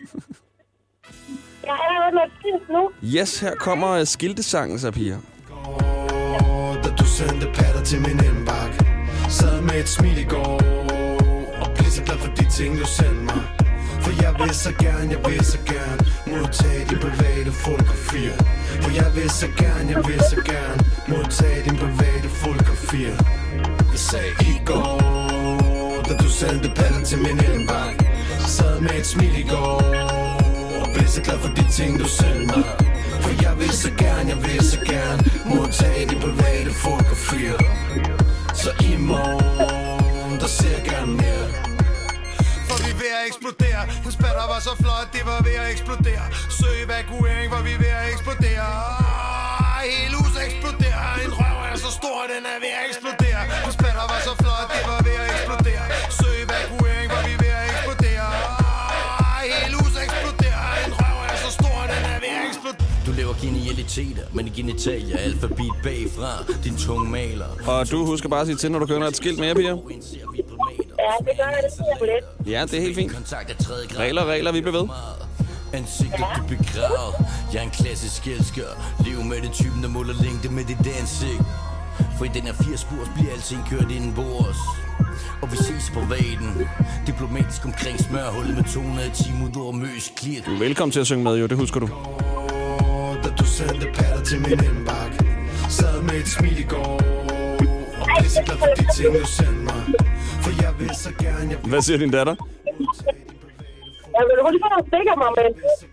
Jeg er under et skilt nu. Yes, her kommer skiltesangen, så Pia. Da du sendte patter til min indbakke, sad med et smil i går og blev så glad for de ting, du sendte mig. For jeg vil så gerne modtage de private fotografier. For jeg vil så gerne modtage de private fotografier. Jeg sagde i går, da du sendte patter til min indbakke, sad med et smil i går og blev så glad for de ting, du sendte mig. For jeg vil så gerne modtage de private fotografier. Så i morgen, der ser jeg gerne mere. For vi er ved at eksplodere. Hans patter var så flot, det var ved at eksplodere. Søg evakuering, for vi er ved at eksplodere. Hele huset eksploderer. En røv er så stor, den er ved at eksplodere. Hans patter var så flot, det var ved at eksplodere. Søg evakuering, for vi er ved at eksplodere. Hele huset eksploderer. En røv er så stor, den er ved at eksplodere. Du laver genialiteter, men i genitalia alfabet bagfra, din tunge maler. Og du husker bare at sige til, når du kører et skilt mere, Pia? Ja, det gør jeg, det siger lidt. Ja, det er helt fint. Regler, vi bliver ved. Ansigtet du begravet. Jeg er en klassisk elsker. Lev med det typen, der måler længde med dit ansigt. For i den her 80-spurs bliver alting kørt indenbords. Og vi ses på vaden. Diplomatisk omkring smørhullet med 210 ud over møs klit. Du er velkommen til at synge med, jo, det husker du. Da du sendte patter til min indbakke, sad med et smil i går og blev så glad for de ting, du sendte mig. For jeg vil så gerne... Hvad siger din datter? Jeg vil hurtigt få nogle stikker, mamma.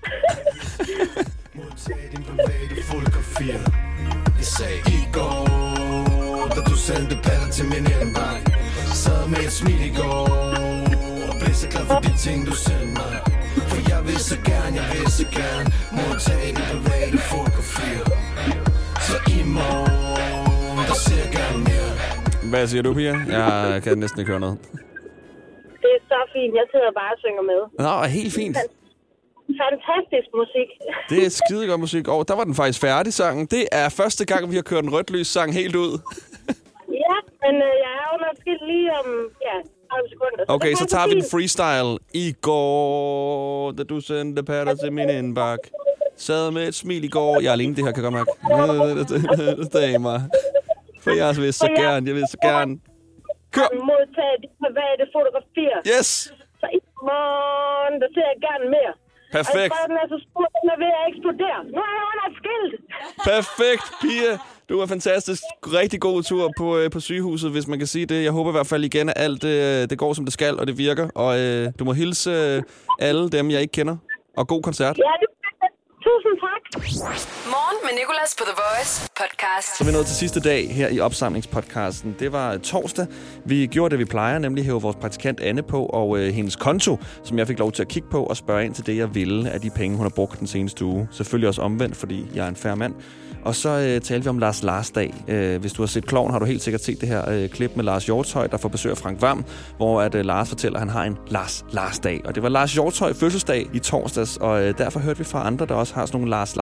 Modtage dine private fotografier. Jeg sagde i går, da du sendte patter til min indbakke, sad med et smil i går og blev så glad for de ting, du sendte mig. For jeg vil så gerne modtage de private fotografier. Så i morgen, der ser jeg gerne mere. Hvad siger du, Pia? Jeg kan næsten ikke høre noget. Det er så fint. Jeg sidder bare og synger med. Nå, helt fint. Fantastisk musik. Det er skidegodt musik. Og der var den faktisk færdig, sangen. Det er første gang, vi har kørt en rødt lys sang helt ud. Ja, men jeg er under et skilt lige om 30 sekunder. Okay, så tager vi den freestyle. I går, da du sendte patter til min indbakke, sad med et smil i går. Jeg er alene, det her kan godt mærke. Damer. For jeg vil så gerne. Kør! Modtage de private fotografier. Yes! Så i morgen, der ser jeg gerne mere. Perfekt. Og den er så stor, den er ved at eksplodere. Nu er jeg under et skilt. Perfekt, Pia. Du er fantastisk. Rigtig god tur på sygehuset, hvis man kan sige det. Jeg håber i hvert fald igen, at alt det går, som det skal, og det virker. Og du må hilse alle dem, jeg ikke kender. Og god koncert. Ja, det tusind tak. Morgen med Nicolas på The Voice podcast. Så vi er nået til sidste dag her i opsamlingspodcasten. Det var torsdag. Vi gjorde det, vi plejer, nemlig hæve vores praktikant Anne på, og hendes konto, som jeg fik lov til at kigge på og spørge ind til det, jeg ville af de penge, hun har brugt den seneste uge. Selvfølgelig også omvendt, fordi jeg er en fair mand. Og så talte vi om Lars Larsdag. Hvis du har set Klovn, har du helt sikkert set det her klip med Lars Hjortshøj, der får besøg af Frank Hvam, hvor at Lars fortæller, at han har en Larsdag. Og det var Lars Hjortshøj fødselsdag i torsdags, og derfor hørte vi fra andre, der også har sådan nogle Lars.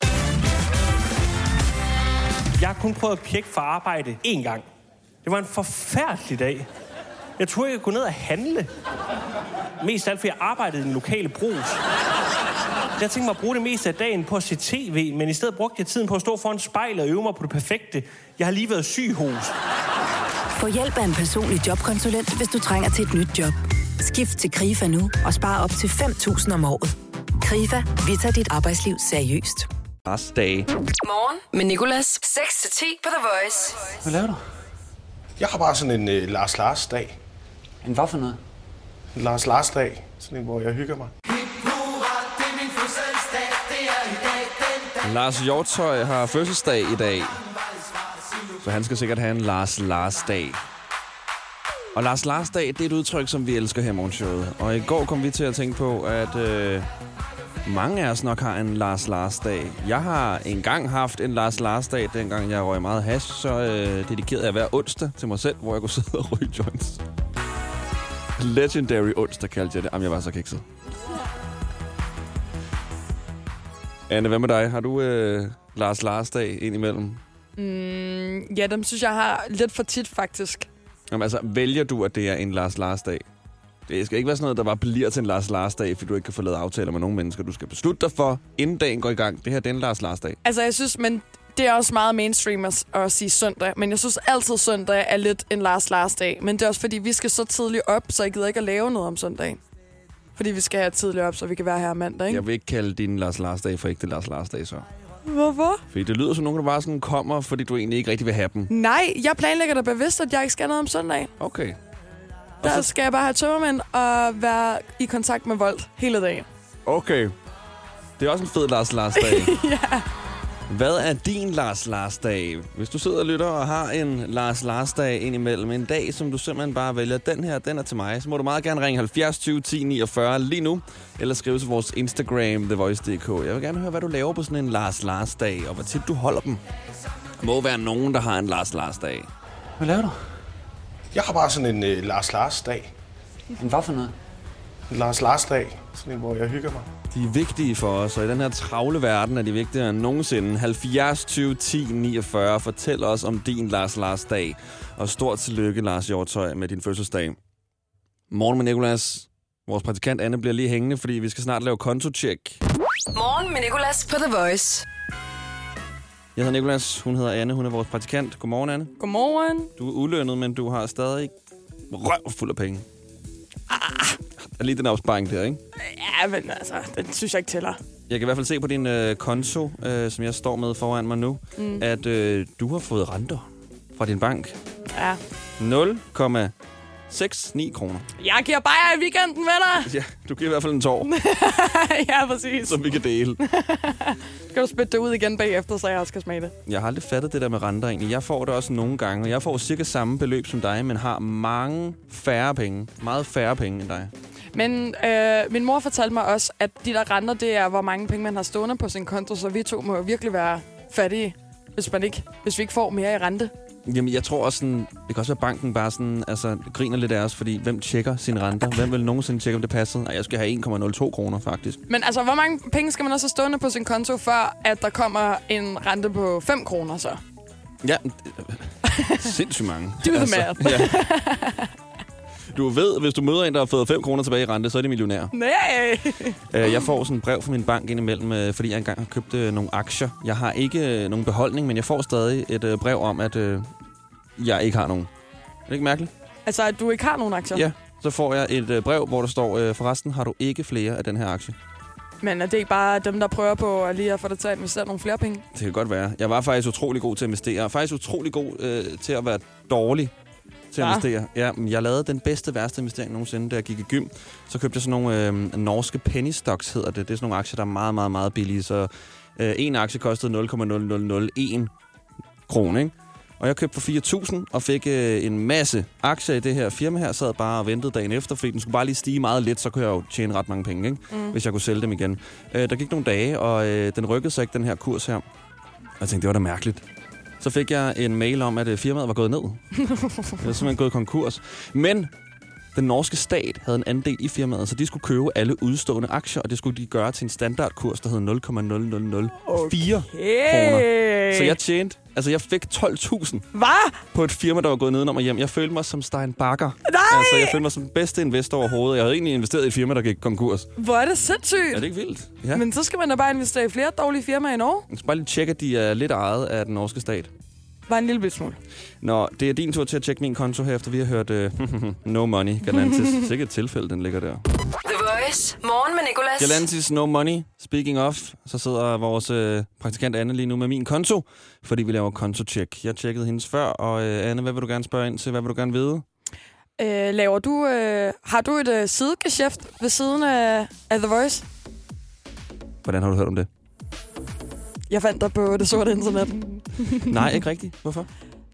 Jeg har kun prøvet at pjekke for arbejde én gang. Det var en forfærdelig dag. Jeg troede, jeg kunne gå ned og handle. Mest alt, fordi jeg arbejdede i den lokale Brugsen. Jeg tænkte mig at bruge det meste af dagen på at se tv, men i stedet brugte jeg tiden på at stå foran spejlet og øve mig på det perfekte. Jeg har lige været syg hos. Få hjælp af en personlig jobkonsulent, hvis du trænger til et nyt job. Skift til KRIFA nu og spar op til 5.000 om året. KRIFA, vi tager dit arbejdsliv seriøst. Dag. Morgen med Nicolas. 6-10 på The Voice. Hvad laver du? Jeg har bare sådan en Lars-dag. En hvad for noget? En Lars-dag. Sådan en, hvor jeg hygger mig. Lars Hjortshøj har fødselsdag i dag. Så han skal sikkert have en Lars-dag. Og Lars-dag, det er et udtryk, som vi elsker her i morgenshowet. Og i går kom vi til at tænke på, at mange af os nok har en Lars-dag. Jeg har engang haft en Lars-dag, dengang jeg røg meget hash, så dedikerede jeg hver onsdag til mig selv, hvor jeg kunne sidde og ryge joints. Legendary onsdag kaldte jeg det. Jamen, jeg var så kikset. Anne, hvad med dig? Har du Lars-Lars-dag indimellem? Ja, dem synes jeg har lidt for tit, faktisk. Jamen, altså, vælger du, at det er en Lars-Lars-dag? Det skal ikke være sådan noget, der bare bliver til en Lars-Lars-dag, fordi du ikke kan få lavet aftaler med nogle mennesker. Du skal beslutte dig for, inden dagen går i gang. Det her, det er en Lars-Lars-dag. Altså, jeg synes, men det er også meget mainstream at sige søndag. Men jeg synes altid, søndag er lidt en Lars-Lars-dag. Men det er også, fordi vi skal så tidligt op, så jeg gider ikke at lave noget om søndagen. Fordi vi skal have tidligt op, så vi kan være her mandag, ikke? Jeg vil ikke kalde din Lars-Lars-dag for ikke det Lars-Lars-dag, så. Hvorfor? Fordi det lyder som nogen, der bare sådan kommer, fordi du egentlig ikke rigtig vil have dem. Nej, jeg planlægger da bevidst, at jeg ikke skal noget om søndag. Okay. Der skal jeg bare have tømmermænd og være i kontakt med Volt hele dagen. Okay. Det er også en fed Lars-Lars-dag. Ja. Hvad er din Lars-Lars-dag? Hvis du sidder og lytter og har en Lars-Lars-dag indimellem, en dag, som du simpelthen bare vælger, den her, den er til mig, så må du meget gerne ringe 70 20 10 49 lige nu, eller skrive til vores Instagram, thevoice.dk. Jeg vil gerne høre, hvad du laver på sådan en Lars-Lars-dag, og hvor tit du holder dem. Der må være nogen, der har en Lars-Lars-dag. Hvad laver du? Jeg har bare sådan en Lars-Lars-dag. En hvad for noget? En Lars-Lars-dag. Sådan en, hvor jeg hygger mig. De er vigtige for os, og i den her travle verden er de vigtigere end nogensinde. 70 20 10 49. Fortæl os om din Lars-Lars-dag. Og stort tillykke, Lars Hjortøj, med din fødselsdag. Morgen med Nicolas. Vores praktikant Anne bliver lige hængende, fordi vi skal snart lave kontotjek. Morgen med Nicolas på The Voice. Jeg hedder Nicolas, hun hedder Anne, hun er vores praktikant. Godmorgen, Anne. Godmorgen. Du er ulønnet, men du har stadig røv fuld af penge. Der er lige den opsparing der, ikke? Ja, men altså, den synes jeg ikke tæller. Jeg kan i hvert fald se på din konto, som jeg står med foran mig nu, at du har fået renter fra din bank. Ja. 0,69 kroner. Jeg giver bare i weekenden med dig. Ja, du giver i hvert fald en tår. Ja, præcis. Som vi kan dele. Skal du spytte det ud igen bagefter, så jeg også skal smage det? Jeg har aldrig fattet det der med renter egentlig. Jeg får det også nogle gange, og jeg får cirka samme beløb som dig, men har mange færre penge. Meget færre penge end dig. Men min mor fortalte mig også, at de der renter, det er, hvor mange penge man har stående på sin konto, så vi to må virkelig være fattige, hvis vi ikke får mere i rente. Jamen, jeg tror også sådan, det kan også være banken bare sådan, altså, griner lidt af os, fordi hvem tjekker sine renter? Hvem vil nogensinde tjekke, om det passer? Nej, jeg skal have 1,02 kroner, faktisk. Men altså, hvor mange penge skal man også have stående på sin konto, før at der kommer en rente på 5 kroner så? Ja, sindssygt mange. Do the math. Ja. Du ved, hvis du møder en, der har fået 5 kroner tilbage i rente, så er de millionær. Nej! Jeg får sådan et brev fra min bank indimellem, fordi jeg engang har købt nogle aktier. Jeg har ikke nogen beholdning, men jeg får stadig et brev om, at jeg ikke har nogen. Er det ikke mærkeligt? Altså, at du ikke har nogen aktier? Ja, så får jeg et brev, hvor der står, forresten har du ikke flere af den her aktie. Men er det ikke bare dem, der prøver på lige at få dig til at investere nogle flere penge? Det kan godt være. Jeg var faktisk utrolig god til at investere. Jeg var faktisk utrolig god til at være dårlig til at investere. Ja, jeg lavede den værste investering nogensinde, da jeg gik i gym. Så købte jeg sådan nogle norske penny stocks, hedder det. Det er sådan nogle aktier, der er meget, meget, meget billige. Så en aktie kostede 0,0001 krone, ikke? Og jeg købte for 4.000 og fik en masse aktier i det her firma her. Sad bare og ventede dagen efter, fordi den skulle bare lige stige meget lidt, så kunne jeg jo tjene ret mange penge, ikke? Hvis jeg kunne sælge dem igen. Der gik nogle dage, og den rykkede sig ikke, den her kurs her. Og jeg tænkte, det var da mærkeligt. Så fik jeg en mail om, at firmaet var gået ned. Det var simpelthen gået konkurs. Men den norske stat havde en andel i firmaet, så de skulle købe alle udstående aktier, og det skulle de gøre til en standardkurs, der hed 0,0004 kroner. Så jeg tjente, altså jeg fik 12.000 på et firma, der var gået nedenom og hjem. Jeg følte mig som Stein Bakker. Nej! Altså jeg følte mig som den bedste investor overhovedet. Jeg havde egentlig investeret i et firma, der gik konkurs. Hvor er det sindssygt? Er det ikke vildt? Ja. Men så skal man da bare investere i flere dårlige firmaer i Norge. Jeg skal bare lige tjekke, at de er lidt ejet af den norske stat. Bare en lille bit smule. Nå, det er din tur til at tjekke min konto her, efter vi har hørt No Money, Galantis. Sikkert tilfælde, den ligger der. The Voice. Morgen med Nicolas. Galantis No Money. Speaking of, så sidder vores praktikant Anne lige nu med min konto, fordi vi laver kontotjek. Jeg tjekkede hendes før, og Anne, hvad vil du gerne spørge ind til? Hvad vil du gerne vide? Har du et sidegeschæft ved siden af The Voice? Hvordan har du hørt om det? Jeg fandt dig på det sorte internet. Nej, ikke rigtigt. Hvorfor?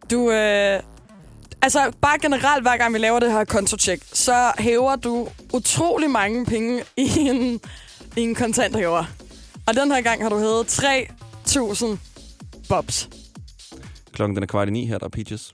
Altså, bare generelt, hver gang vi laver det her kontotjek, så hæver du utrolig mange penge i en kontanthæver. Og den her gang har du hævet 3.000 bobs. Klokken den er 8:15 her, der er Peaches.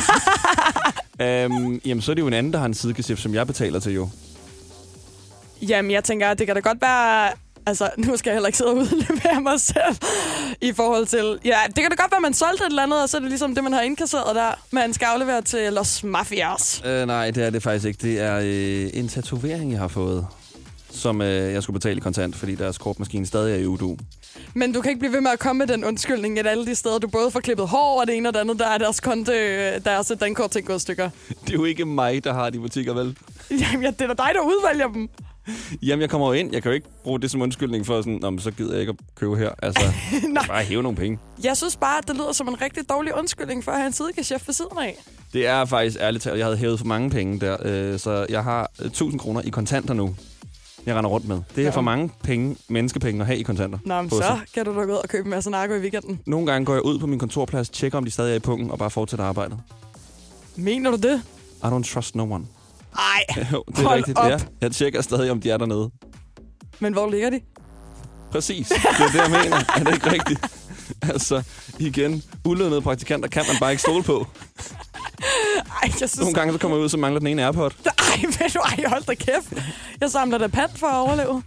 Jamen, så er det jo en anden, der har en sidegeschæft, som jeg betaler til jo. Jamen, jeg tænker, det kan da godt være, Altså, nu skal jeg heller ikke sidde og udlevere mig selv i forhold til... Ja, det kan da godt være, at man solgte et eller andet, og så er det ligesom det, man har indkasseret der. Man skal aflevere til Los Mafias. Nej, det er det faktisk ikke. Det er en tatovering, jeg har fået, som jeg skulle betale i kontant, fordi deres kortmaskine stadig er i udu. Men du kan ikke blive ved med at komme med den undskyldning, at alle de steder, du både får klippet hår og det ene og det andet, der er deres konto, der er også et dankort til gået stykker. Det er jo ikke mig, der har de butikker, vel? Jamen, det er da dig, der udvælger dem. Jamen, jeg kommer jo ind. Jeg kan jo ikke bruge det som undskyldning for sådan, så gider jeg ikke at købe her. Altså, bare hæve nogle penge. Jeg synes bare, at det lyder som en rigtig dårlig undskyldning for at have en sidekaschef ved siden af. Det er faktisk ærligt talt. Jeg havde hævet for mange penge der, så jeg har 1.000 kroner i kontanter nu. Jeg render rundt med. Det er for mange penge, menneskepenge at have i kontanter. Nå, men så kan du da gå ud og købe en masse narko i weekenden. Nogle gange går jeg ud på min kontorplads, tjekker om de stadig er i pungen og bare fortsætter arbejdet. Mener du det? I don't trust no one. Ej, jo, det er rigtigt. Ja, jeg tjekker stadig, om de er dernede. Men hvor ligger de? Præcis. Det er det, jeg mener. Er det ikke rigtigt? Altså, igen, ulønnede praktikanter kan man bare ikke stole på. Ej, jeg synes... Nogle gange så kommer jeg ud, så mangler den ene AirPod. Hold da kæft. Jeg samler da pant for at overleve.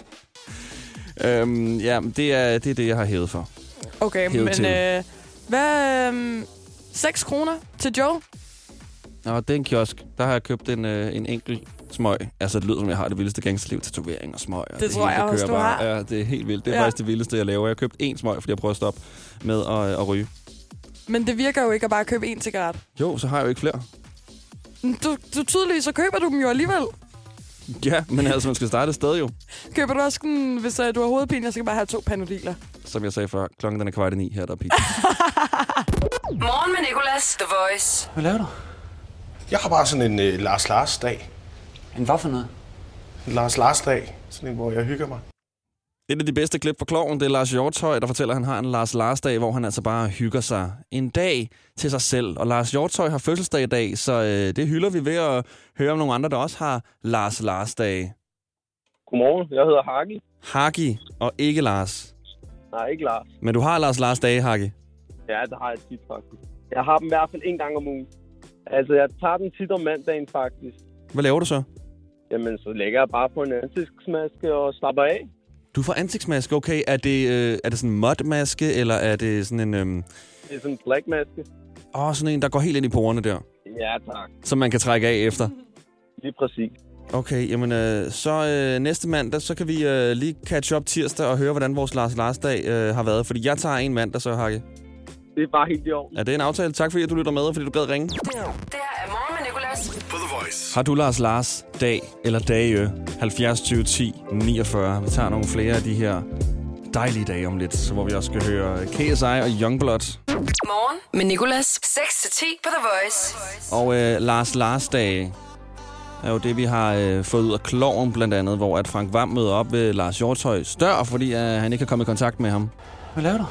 Ja, det er det, jeg har hævet for. Okay, hævet men hvad... 6 kroner til Joe? Nå, det er en kiosk. Der har jeg købt en enkelt smøg. Altså, det lyder som, jeg har det vildeste gangsterliv. Tatovering og smøg. Og det tror jeg også, du har. Ja, det er helt vildt. Det er faktisk det vildeste, jeg laver. Jeg har købt 1 smøg, fordi jeg prøver at stoppe med at ryge. Men det virker jo ikke at bare købe 1 cigaret. Jo, så har jeg jo ikke flere. Du tydeligvis, så køber du dem jo alligevel. Ja, men altså, man skal starte et sted jo. Køber du også sådan, hvis du har hovedpine, jeg skal bare have 2 Panodiler. Som jeg sagde før, klokken den er 8:15 her, der er pizza. Morgen med Nicolas, The Voice. Hvad laver du? Jeg har bare sådan en Lars-Lars-dag. En hvad for noget? En Lars-Lars-dag. Sådan en, hvor jeg hygger mig. Et af de bedste klip fra Klovn, det er Lars Hjortshøj, der fortæller, at han har en Lars-Lars-dag, hvor han altså bare hygger sig en dag til sig selv. Og Lars Hjortshøj har fødselsdag i dag, så det hylder vi ved at høre om nogle andre, der også har Lars-Lars-dag. Godmorgen, jeg hedder Hagi. Hagi, og ikke Lars. Nej, ikke Lars. Men du har Lars-Lars-dage, Hagi? Ja, det har jeg tit faktisk. Jeg har dem i hvert fald 1 gang om ugen. Altså, jeg tager den tit om mandagen faktisk. Hvad laver du så? Jamen, så lægger jeg bare på en ansigtsmaske og slapper af. Du får ansigtsmaske, okay. Er det sådan en mudmaske, eller er det sådan en... Det er sådan en blackmaske. Sådan en, der går helt ind i porerne der? Ja, tak. Som man kan trække af efter? Lige præcis. Okay, jamen så næste mandag, så kan vi lige catch up tirsdag og høre, hvordan vores Lars-Lars-dag har været. Fordi jeg tager en mandag, så Hakke. Det er bare helt i orden. Er det en aftale? Tak fordi du lytter med, og fordi du gad ringe. Det her er Morgen med Nicolas. På The Voice. Har du Lars-Lars-dag eller dage? 70 20 10 49. Vi tager nogle flere af de her dejlige dage om lidt, hvor vi også skal høre KSI og Youngblood. Morgen med Nicolas. 6-10 på The Voice. Og Lars-Lars-dage er jo det, vi har fået ud af Klovn blandt andet, hvor at Frank Hvam møder op ved Lars Hjortshøjs dør, fordi han ikke kan komme i kontakt med ham. Hvad laver du?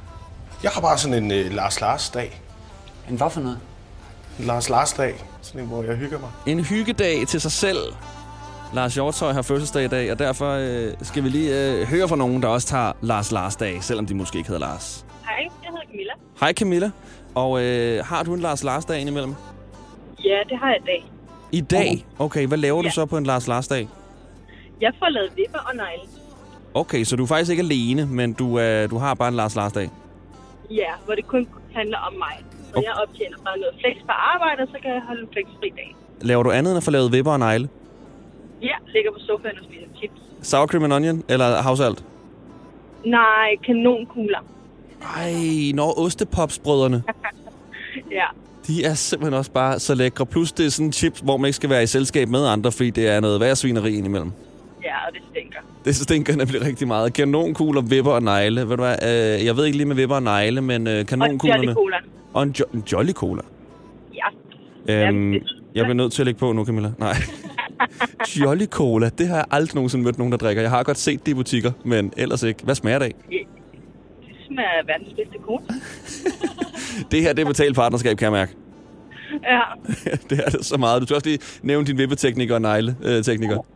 Jeg har bare sådan en Lars-Lars-dag. En hvad for noget? En Lars-Lars-dag. Sådan en, hvor jeg hygger mig. En hyggedag til sig selv. Lars Hjortshøj har fødselsdag i dag, og derfor skal vi lige høre fra nogen, der også tager Lars-Lars-dag, selvom de måske ikke hedder Lars. Hej, jeg hedder Camilla. Hej Camilla. Og har du en Lars-Lars-dag indimellem? Ja, det har jeg i dag. I dag? Okay, hvad laver du så på en Lars-Lars-dag? Jeg får lavet vipper og negle. Okay, så du er faktisk ikke alene, men du har bare en Lars-Lars-dag? Ja, hvor det kun handler om mig. Så jeg optjener bare noget flex på arbejde, og så kan jeg holde en flexfri dag. Laver du andet end at få lavet vipper og negle? Ja, ligger på sofaen og spiser chips. Sour cream and onion eller havsalt? Nej, kanonkugler. Ej, ostepopsbrødrene. Ja. De er simpelthen også bare så lækre. Plus det er sådan chips, hvor man ikke skal være i selskab med andre, fordi det er noget værre svineri indimellem. Ja, og det stinker. Det stinker nemlig rigtig meget. Kanonkugler, vipper og negle. Ved du hvad? Jeg ved ikke lige med vipper og negle, men kanonkuglerne... Og Jolly Cola. Og en Jolly Cola? Ja. Jeg bliver nødt til at lægge på nu, Camilla. Nej. Jolly Cola, det har jeg aldrig nogensinde mødt nogen, der drikker. Jeg har godt set det i butikker, men ellers ikke. Hvad smager det af? Det smager af verdens bedste cola. Det her, det er betalt partnerskab, kan jeg mærke. Ja. Det er det så meget. Du skal også lige nævne din vippetekniker og negle-tekniker.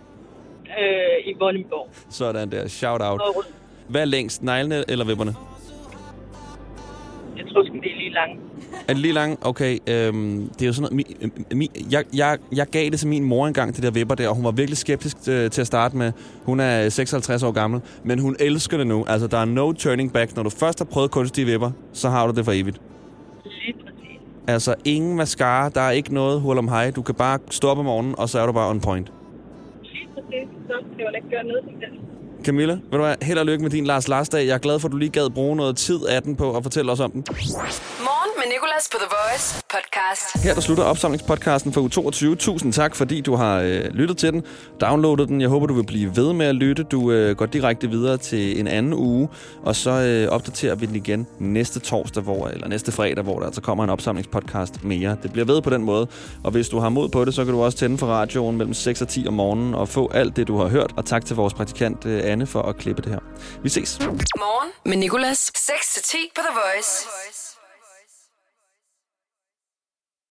I Vordingborg. Sådan der. Shout out. Hvad er længst? Neglene eller vipperne? Jeg tror sgu, det er lige langt. Er det lige lang? Okay, det er jo sådan noget... Jeg gav det til min mor engang, det der vipper der, og hun var virkelig skeptisk til at starte med. Hun er 56 år gammel, men hun elsker det nu. Altså, der er no turning back. Når du først har prøvet kunstige vipper, så har du det for evigt. Lige præcis. Altså, ingen mascara, der er ikke noget hul om hej. Du kan bare stå op om morgenen, og så er du bare on point. Lige præcis. Så skal jeg ikke gøre noget som det. Camilla, ved du hvad? Held og lykke med din Lars-Dag. Jeg er glad for, at du lige gad bruge noget tid af den på at fortælle os om den. Morgen med Nicolas på The Voice podcast. Her der slutter opsamlingspodcasten for uge 22. Tusind tak, fordi du har lyttet til den, downloadet den. Jeg håber, du vil blive ved med at lytte. Du går direkte videre til en anden uge, og så opdaterer vi den igen næste torsdag, eller næste fredag, hvor der altså kommer en opsamlingspodcast mere. Det bliver ved på den måde, og hvis du har mod på det, så kan du også tænde for radioen mellem 6 og 10 om morgenen og få alt det, du har hørt. Og tak til vores praktikant Anne for at klippe det her. Vi ses. Morgen med Nicolas. 6-10 på The Voice.